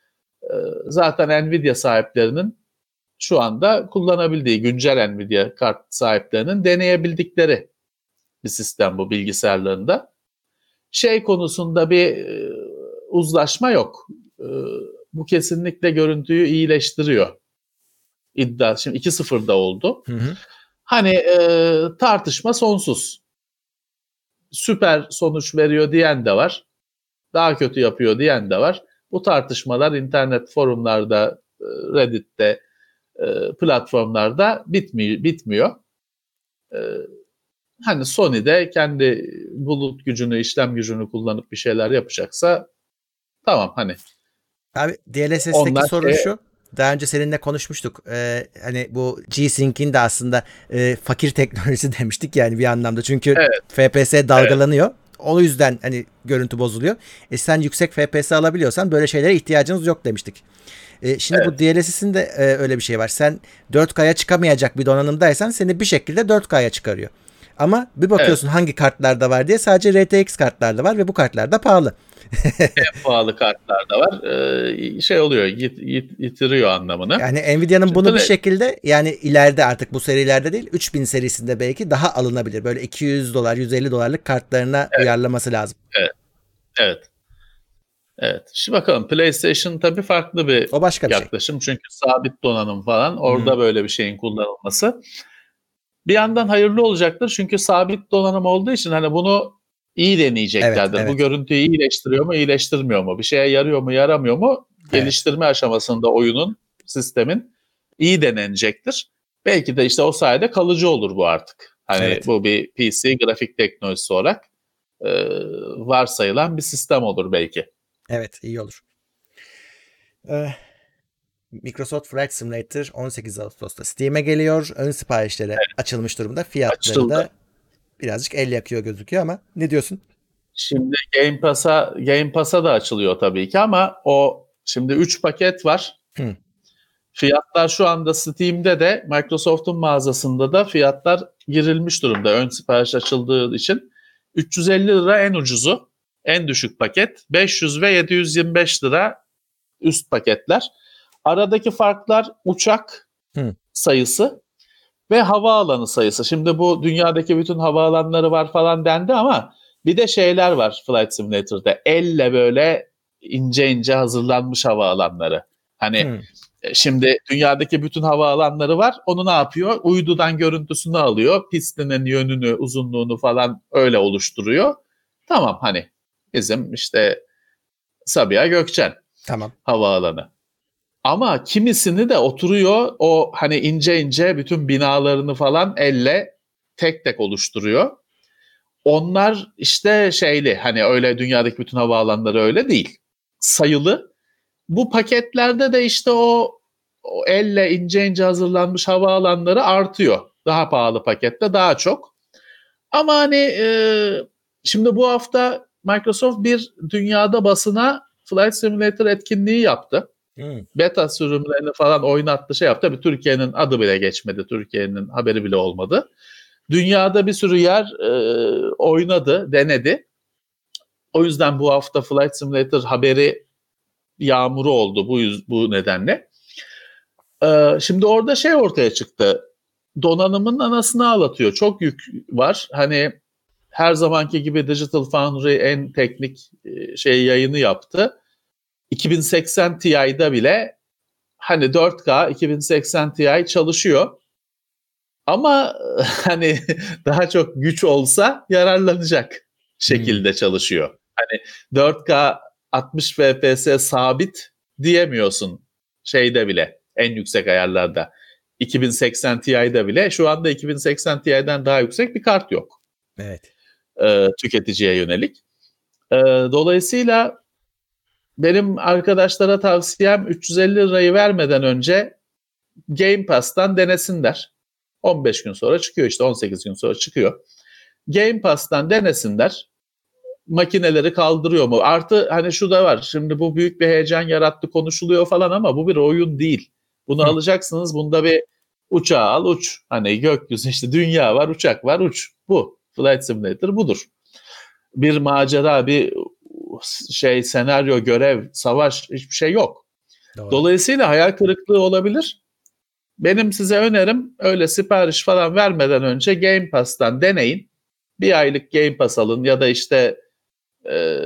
Zaten Nvidia sahiplerinin şu anda kullanabildiği, güncel Nvidia kart sahiplerinin deneyebildikleri bir sistem bu bilgisayarlarında. Şey konusunda bir uzlaşma yok. Bu kesinlikle görüntüyü iyileştiriyor. İddia. Şimdi iki sıfırda oldu. Hı hı. Hani e, tartışma sonsuz. Süper sonuç veriyor diyen de var. Daha kötü yapıyor diyen de var. Bu tartışmalar internet forumlarda, Reddit'te, e, platformlarda bitmiyor. bitmiyor. E, hani Sony'de kendi bulut gücünü, işlem gücünü kullanıp bir şeyler yapacaksa tamam hani. Abi D L S S'teki sorun şey, şu. Daha önce seninle konuşmuştuk. Ee, hani bu G-Sync'in de aslında e, fakir teknolojisi demiştik yani bir anlamda. Çünkü evet. F P S dalgalanıyor. Evet. O yüzden hani görüntü bozuluyor. E sen yüksek F P S alabiliyorsan böyle şeylere ihtiyacınız yok demiştik. E, şimdi evet. bu D L S S'in de e, öyle bir şey var. Sen dört K'ya çıkamayacak bir donanımdaysan seni bir şekilde dört K'ya çıkarıyor. Ama bir bakıyorsun evet. hangi kartlarda var diye sadece R T X kartlarda var ve bu kartlar da pahalı. En pahalı kartlar da var. Ee, şey oluyor, yit, yit, yitiriyor anlamını. Yani Nvidia'nın bunu bir şekilde yani ileride artık bu serilerde değil üç bin serisinde belki daha alınabilir. Böyle iki yüz dolar, yüz elli dolarlık kartlarına evet. uyarlaması lazım. Evet. Evet. Evet. Şimdi bakalım PlayStation tabii farklı bir, o başka bir yaklaşım. Şey. Çünkü sabit donanım falan orada hmm. böyle bir şeyin kullanılması. Bir yandan hayırlı olacaktır. Çünkü sabit donanım olduğu için hani bunu iyi deneyeceklerdir. Evet, evet. Bu görüntüyü iyileştiriyor mu, iyileştirmiyor mu? Bir şeye yarıyor mu, yaramıyor mu? Evet. Geliştirme aşamasında oyunun, sistemin iyi denenecektir. Belki de işte o sayede kalıcı olur bu artık. Hani evet. bu bir P C grafik teknolojisi olarak e, varsayılan bir sistem olur belki. Evet, iyi olur. Ee, Microsoft Flight Simulator on sekiz Ağustos'ta Steam'e geliyor. Ön siparişlere evet. açılmış durumda. Fiyatları Açıldı. da birazcık el yakıyor gözüküyor ama ne diyorsun? Şimdi Game Pass'a Game Pass'a da açılıyor tabii ki ama o şimdi üç paket var. Hı. Fiyatlar şu anda Steam'de de Microsoft'un mağazasında da fiyatlar girilmiş durumda. Ön sipariş açıldığı için üç yüz elli lira en ucuzu, en düşük paket. beş yüz ve yedi yüz yirmi beş lira üst paketler. Aradaki farklar uçak Hı. sayısı ve havaalanı sayısı. Şimdi bu dünyadaki bütün havaalanları var falan dendi ama bir de şeyler var Flight Simulator'da. Elle böyle ince ince hazırlanmış havaalanları. Hani hmm. şimdi dünyadaki bütün havaalanları var. Onu ne yapıyor? Uydudan görüntüsünü alıyor. Pistinin yönünü, uzunluğunu falan öyle oluşturuyor. Tamam hani bizim işte Sabiha Gökçen tamam. havaalanı. Ama kimisini de oturuyor o hani ince ince bütün binalarını falan elle tek tek oluşturuyor. Onlar işte şeyli hani öyle dünyadaki bütün havaalanları öyle değil. Sayılı bu paketlerde de işte o, o elle ince ince hazırlanmış hava alanları artıyor. Daha pahalı pakette daha çok. Ama hani e, şimdi bu hafta Microsoft bir dünyada basına Flight Simulator etkinliği yaptı. Hmm. Beta sürümlerini falan oynattı, şey yaptı. Tabii Türkiye'nin adı bile geçmedi. Türkiye'nin haberi bile olmadı. Dünyada bir sürü yer e, oynadı, denedi. O yüzden bu hafta Flight Simulator haberi yağmuru oldu bu bu nedenle. E, şimdi orada şey ortaya çıktı. Donanımın anasını ağlatıyor. Çok yük var. Hani her zamanki gibi Digital Foundry en teknik şey yayını yaptı. iki bin seksen Ti'de bile hani dört K iki bin seksen Ti çalışıyor. Ama hani daha çok güç olsa yararlanacak şekilde hmm. çalışıyor. Hani dört K altmış F P S sabit diyemiyorsun şeyde bile, en yüksek ayarlarda. iki bin seksen Ti'de bile şu anda iki bin seksen Ti'den daha yüksek bir kart yok. Evet. Ee, tüketiciye yönelik. Ee, dolayısıyla benim arkadaşlara tavsiyem üç yüz elli lirayı vermeden önce Game Pass'tan denesinler. on beş gün sonra çıkıyor, işte on sekiz gün sonra çıkıyor. Game Pass'tan denesinler. Makineleri kaldırıyor mu? Artı hani şu da var. Şimdi bu büyük bir heyecan yarattı, konuşuluyor falan ama bu bir oyun değil. Bunu Hı. alacaksınız. Bunda bir uçağı al, uç. Hani gökyüzü, işte dünya var, uçak var, uç. Bu. Flight Simulator budur. Bir macera, bir şey, senaryo, görev, savaş, hiçbir şey yok. Doğru. Dolayısıyla hayal kırıklığı olabilir. Benim size önerim, öyle sipariş falan vermeden önce Game Pass'tan deneyin. Bir aylık Game Pass alın ya da işte e,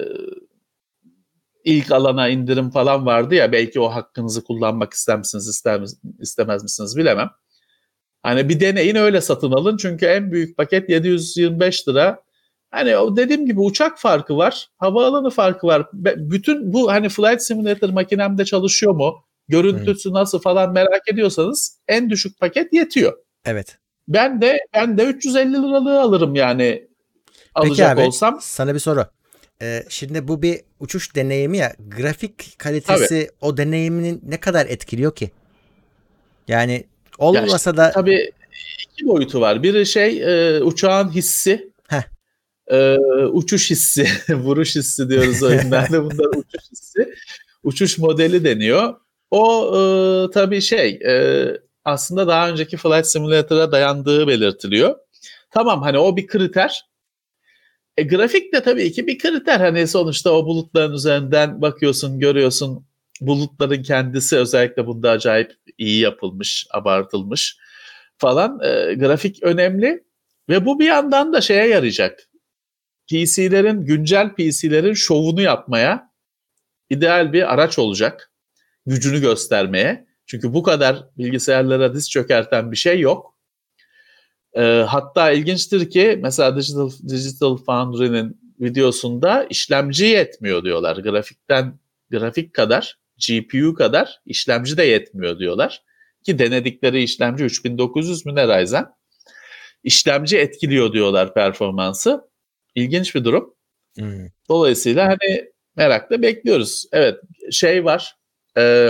ilk alana indirim falan vardı ya, belki o hakkınızı kullanmak ister misiniz, ister mi, istemez misiniz bilemem. Hani bir deneyin, öyle satın alın. Çünkü en büyük paket yedi yüz yirmi beş lira. Hani o dediğim gibi uçak farkı var, havaalanı farkı var. Bütün bu hani Flight Simulator makinemde çalışıyor mu, görüntüsü hmm. nasıl falan merak ediyorsanız en düşük paket yetiyor. Evet. Ben de ben de üç yüz elli liralığı alırım yani. Peki alacak abi, olsam. Sana bir soru. Ee, şimdi bu bir uçuş deneyimi ya, grafik kalitesi tabii. O deneyimini ne kadar etkiliyor ki? Yani olmasa ya, da tabii iki boyutu var. Biri şey e, uçağın hissi. e, uçuş hissi, vuruş hissi diyoruz oyunlarda. Bunlar uçuş hissi. Uçuş modeli deniyor. O e, tabii şey e, aslında daha önceki Flight Simulator'a dayandığı belirtiliyor. Tamam, hani o bir kriter. E, grafik de tabii ki bir kriter. Hani sonuçta o bulutların üzerinden bakıyorsun, görüyorsun. Bulutların kendisi özellikle bunda acayip iyi yapılmış, abartılmış falan. E, grafik önemli ve bu bir yandan da şeye yarayacak. P C'lerin, güncel P C'lerin şovunu yapmaya ideal bir araç olacak. Gücünü göstermeye. Çünkü bu kadar bilgisayarlara diz çökerten bir şey yok. E, hatta ilginçtir ki mesela Digital, Digital Foundry'nin videosunda işlemci yetmiyor diyorlar. Grafikten grafik kadar, G P U kadar işlemci de yetmiyor diyorlar. Ki denedikleri işlemci üç bin dokuz yüz mü ne Ryzen. İşlemci etkiliyor diyorlar performansı. İlginç bir durum. Hmm. Dolayısıyla hani merakla bekliyoruz. Evet, şey var. E,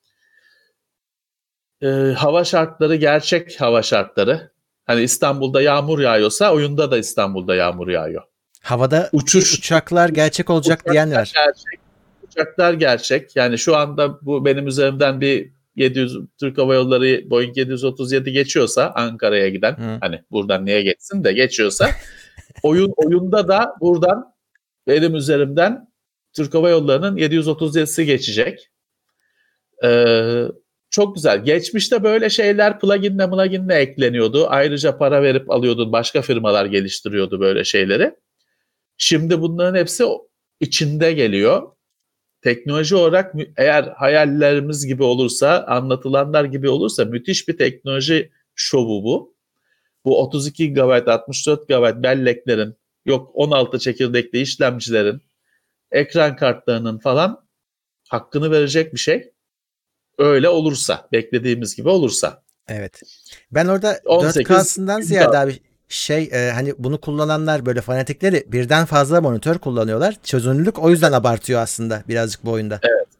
e, hava şartları, gerçek hava şartları. Hani İstanbul'da yağmur yağıyorsa oyunda da İstanbul'da yağmur yağıyor. Havada uçuş uçaklar gerçek olacak uçaklar diyen var. Gerçek. Uçaklar gerçek. Yani şu anda bu benim üzerimden bir yedi yüz Türk Hava Yolları Boeing yedi yüz otuz yedi geçiyorsa Ankara'ya giden, Hı. hani buradan niye geçsin de geçiyorsa oyun oyunda da buradan benim üzerimden Türk Hava Yolları'nın yedi yüz otuz yedisi geçecek. Ee, çok güzel. Geçmişte böyle şeyler pluginle pluginle ekleniyordu. Ayrıca para verip alıyordu. Başka firmalar geliştiriyordu böyle şeyleri. Şimdi bunların hepsi içinde geliyor. Teknoloji olarak eğer hayallerimiz gibi olursa, anlatılanlar gibi olursa müthiş bir teknoloji şovu bu. Bu otuz iki gigabayt, altmış dört gigabayt belleklerin, yok on altı çekirdekli işlemcilerin, ekran kartlarının falan hakkını verecek bir şey. Öyle olursa, beklediğimiz gibi olursa. Evet. Ben orada dört K'sından ziyade abi şey e, hani bunu kullananlar, böyle fanatikleri birden fazla monitör kullanıyorlar. Çözünürlük o yüzden abartıyor aslında birazcık bu oyunda. Evet.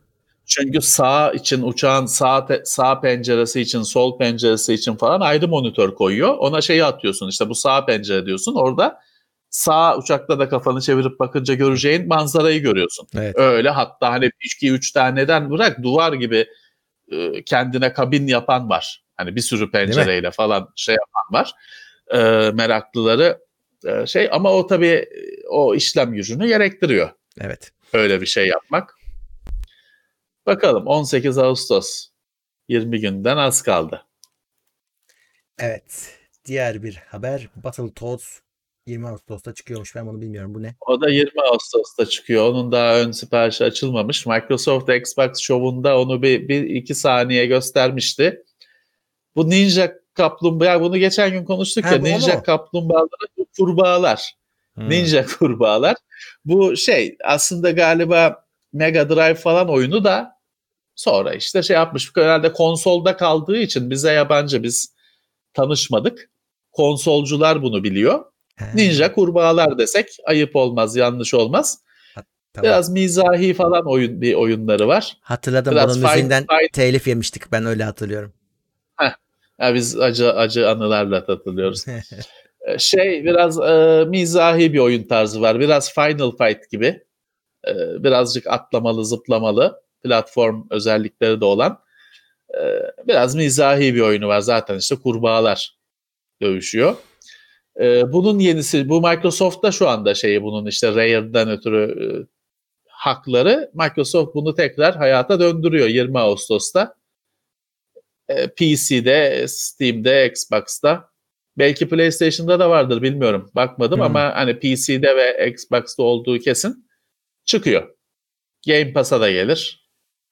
Çünkü sağ için uçağın sağ te, sağ penceresi için, sol penceresi için falan ayrı monitör koyuyor. Ona şeyi atıyorsun, işte bu sağ pencere diyorsun. Orada sağ uçakta da kafanı çevirip bakınca göreceğin manzarayı görüyorsun. Evet. Öyle, hatta hani iki üç taneden bırak, duvar gibi e, kendine kabin yapan var. Hani bir sürü pencereyle falan şey yapan var. E, meraklıları e, şey, ama o tabii o işlem gücünü gerektiriyor. Evet. Öyle bir şey yapmak. Bakalım, on sekiz Ağustos, yirmi günden az kaldı. Evet. Diğer bir haber, Battletoads yirmi Ağustos'ta çıkıyormuş. Ben bunu bilmiyorum. Bu ne? O da yirmi Ağustos'ta çıkıyor. Onun daha ön siparişi açılmamış. Microsoft Xbox Show'unda onu bir, bir iki saniye göstermişti. Bu Ninja Kaplumbağa, bunu geçen gün konuştuk ha, ya. Ninja Kaplumbağaları, kurbağalar. Hmm. Ninja kurbağalar. Bu şey aslında galiba Mega Drive falan oyunu da sonra işte şey yapmış. Herhalde konsolda kaldığı için bize yabancı, biz tanışmadık. Konsolcular bunu biliyor. He. Ninja kurbağalar desek ayıp olmaz, yanlış olmaz. Ha, tamam. Biraz mizahi falan oyun bir oyunları var. Hatırladım. Biraz bunun müziğinden fight, telif yemiştik. Ben öyle hatırlıyorum. Heh. Ya biz acı acı anılarla hatırlıyoruz. şey biraz e, mizahi bir oyun tarzı var. Biraz Final Fight gibi. E, birazcık atlamalı, zıplamalı, platform özellikleri de olan e, biraz mizahi bir oyunu var. Zaten işte kurbağalar dövüşüyor. E, bunun yenisi, bu Microsoft'ta şu anda şeyi, bunun işte Rare'den ötürü e, hakları, Microsoft bunu tekrar hayata döndürüyor yirmi Ağustos'ta. E, P C'de, Steam'de, Xbox'ta. Belki PlayStation'da da vardır, bilmiyorum. Bakmadım hmm. ama hani P C'de ve Xbox'ta olduğu kesin. Çıkıyor. Game Pass'a da gelir.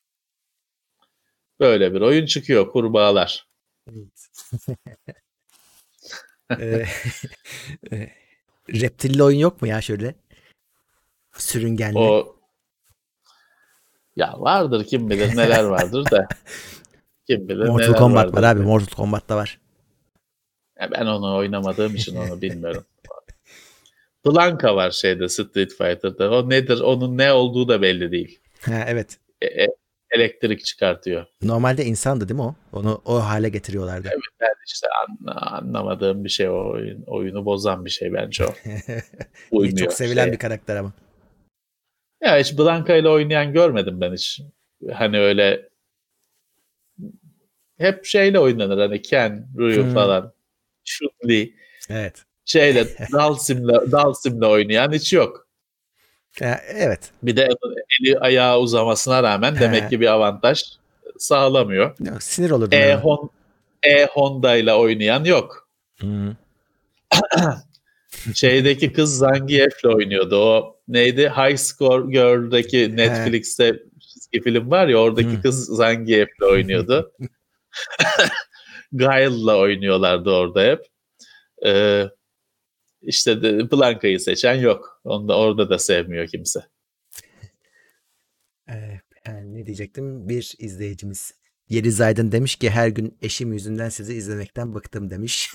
Böyle bir oyun çıkıyor, kurbağalar. Reptilli oyun yok mu ya şöyle? Sürüngenli. O ya vardır, kim bilir neler vardır da. Kim bilir Mortal neler Kombat vardır. var abi. Mortal Kombat'ta var. Ya ben onu oynamadığım için onu bilmiyorum. Blanka var şeyde, Street Fighter'da. O nedir? Onun ne olduğu da belli değil. Ha, evet. E, e, elektrik çıkartıyor. Normalde insandı değil mi o? Onu o hale getiriyorlardı. Evet, yani işte anla, anlamadığım bir şey o oyun. Oyunu bozan bir şey bence o. Uymuyor. Çok sevilen şeye. Bir karakter ama. Ya hiç Blanka ile oynayan görmedim ben hiç. Hani öyle hep şeyle oynanır, hani Ken, Ryu hmm. falan. Chun-Li. Evet. Şeyle Dalsim'le Dalsim'le oynayan hiç yok. Ya, evet. Bir de eli ayağı uzamasına rağmen demek ki bir avantaj sağlamıyor. Yok, sinir olurdum. E, Hon, e Honda ile oynayan yok. Hmm. Şeydeki kız Zangief'le oynuyordu. O neydi? High Score Girl'daki Netflix'te çizgi film var ya, oradaki hmm. kız Zangief'le oynuyordu. Guile'la oynuyorlardı orada hep. Ee, işte de Blanka'yı seçen yok. Onu da, orada da sevmiyor kimse. Ee, yani ne diyecektim? Bir izleyicimiz Yeliz Aydın demiş ki her gün eşim yüzünden sizi izlemekten bıktım demiş.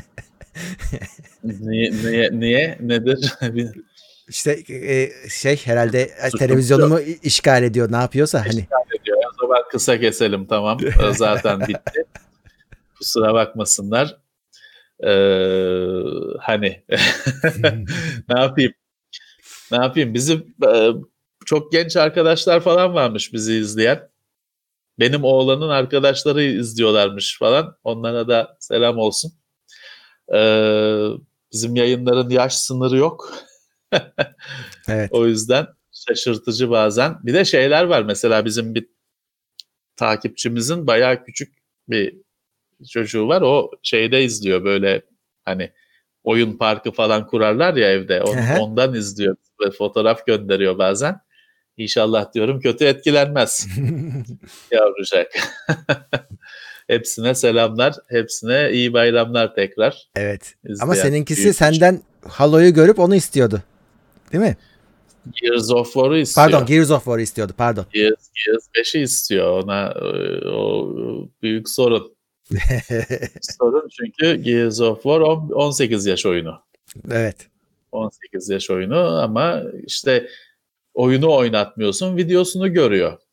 niye, niye, niye? Nedir? İşte e, şey herhalde televizyonumu işgal ediyor, ne yapıyorsa hani. İşgal ediyor. O zaman kısa keselim, tamam. Zaten bitti. Kusura bakmasınlar. Ee, hani ne yapayım? Ne yapayım? Bizim e, çok genç arkadaşlar falan varmış bizi izleyen. Benim oğlanın arkadaşları izliyorlarmış falan. Onlara da selam olsun. Ee, bizim yayınların yaş sınırı yok. Evet. O yüzden şaşırtıcı bazen. Bir de şeyler var. Mesela bizim bir takipçimizin bayağı küçük bir çocuğu var. O şeyde izliyor, böyle hani oyun parkı falan kurarlar ya evde. On, ondan izliyor ve fotoğraf gönderiyor bazen. İnşallah diyorum kötü etkilenmez yavrucak. Hepsine selamlar. Hepsine iyi bayramlar tekrar. Evet. İzleyen, ama seninkisi büyük senden Halo'yu görüp onu istiyordu. Değil mi? Gears of War'u istiyor. Pardon, Gears of War'u istiyordu. Pardon. Gears, Gears beşi istiyor. Ona o büyük sorun. Sorun çünkü Gears of War on sekiz yaş oyunu. Evet. on sekiz yaş oyunu ama işte oyunu oynatmıyorsun, videosunu görüyor.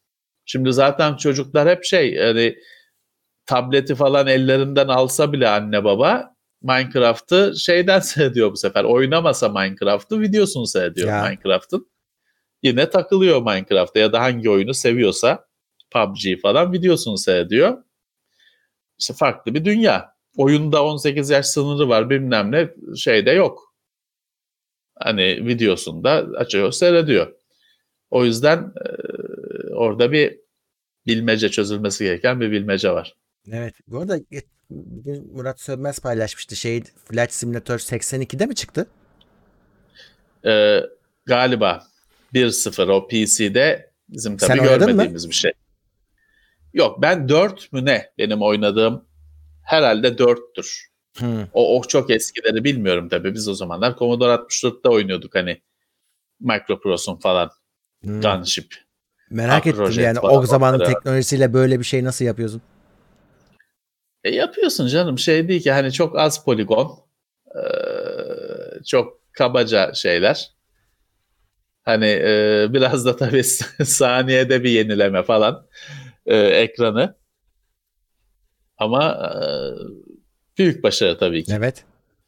Şimdi zaten çocuklar hep şey, hani tableti falan ellerinden alsa bile anne baba Minecraft'ı şeyden seyrediyor bu sefer. Oynamasa Minecraft'ı videosunu seyrediyor ya. Minecraft'ın. Yine takılıyor Minecraft'ta ya da hangi oyunu seviyorsa P U B G falan videosunu seyrediyor. İşte farklı bir dünya. Oyunda on sekiz yaş sınırı var, bilmem ne, şeyde yok. Hani videosunda açıyor, seyrediyor. O yüzden e, orada bir bilmece, çözülmesi gereken bir bilmece var. Evet. Bu arada bugün Murat Sönmez paylaşmıştı. Şey, Flight Simulator seksen ikide mi çıktı? Ee, galiba bir sıfır o P C'de bizim tabii görmediğimiz bir şey. Yok, ben dört mü ne benim oynadığım, herhalde dörttür. Hmm. O, o çok eskileri bilmiyorum tabii. Biz o zamanlar Commodore altmış dörtte oynuyorduk hani. Micropros'un falan. Hmm. Gunship. Merak ettim yani falan, o zamanın teknolojisiyle böyle bir şey nasıl yapıyorsun? E yapıyorsun canım, şey değil ki hani çok az poligon, e, çok kabaca şeyler. Hani e, biraz da tabii saniyede bir yenileme falan e, ekranı. Ama e, büyük başarı tabii ki. Evet.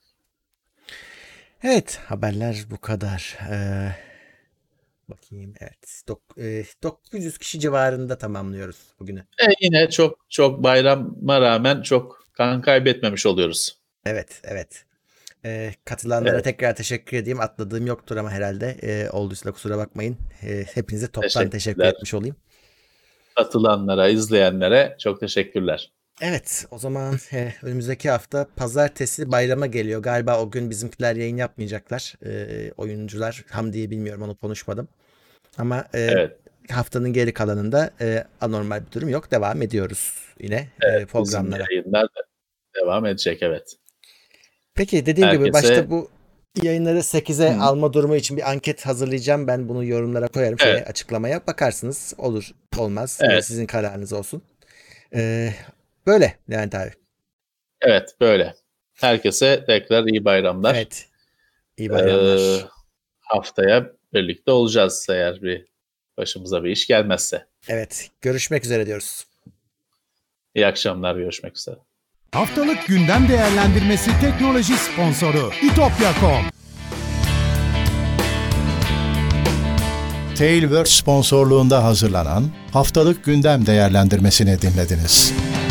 Evet, haberler bu kadar. Ee, bakayım, evet. Dok- e, dokuz yüz kişi civarında tamamlıyoruz bugünü. E yine çok çok bayrama rağmen çok kan kaybetmemiş oluyoruz. Evet, evet. Ee, katılanlara evet. tekrar teşekkür edeyim. Atladığım yoktur ama herhalde e, olduysa kusura bakmayın. E, hepinize toptan teşekkür etmiş olayım. Katılanlara, izleyenlere çok teşekkürler. Evet, o zaman e, önümüzdeki hafta pazartesi bayrama geliyor. Galiba o gün bizimkiler yayın yapmayacaklar. E, oyuncular, Hamdi'yi bilmiyorum, onu konuşmadım. Ama e, evet. haftanın geri kalanında e, anormal bir durum yok. Devam ediyoruz yine evet, e, programlara. Bizim yayınlar da devam edecek, evet. Peki dediğim Herkese... gibi başta bu yayınları sekize hmm. alma durumu için bir anket hazırlayacağım. Ben bunu yorumlara koyarım, evet. şeye, açıklamaya bakarsınız. Olur, olmaz. Evet. Sizin kararınız olsun. Ee, böyle Levent abi. Evet, böyle. Herkese tekrar iyi bayramlar. Evet. İyi bayramlar. Ee, haftaya birlikte olacağız eğer bir başımıza bir iş gelmezse. Evet. Görüşmek üzere diyoruz. İyi akşamlar. Görüşmek üzere. Haftalık gündem değerlendirmesi teknoloji sponsoru itopya nokta com. Tailwords sponsorluğunda hazırlanan haftalık gündem değerlendirmesini dinlediniz.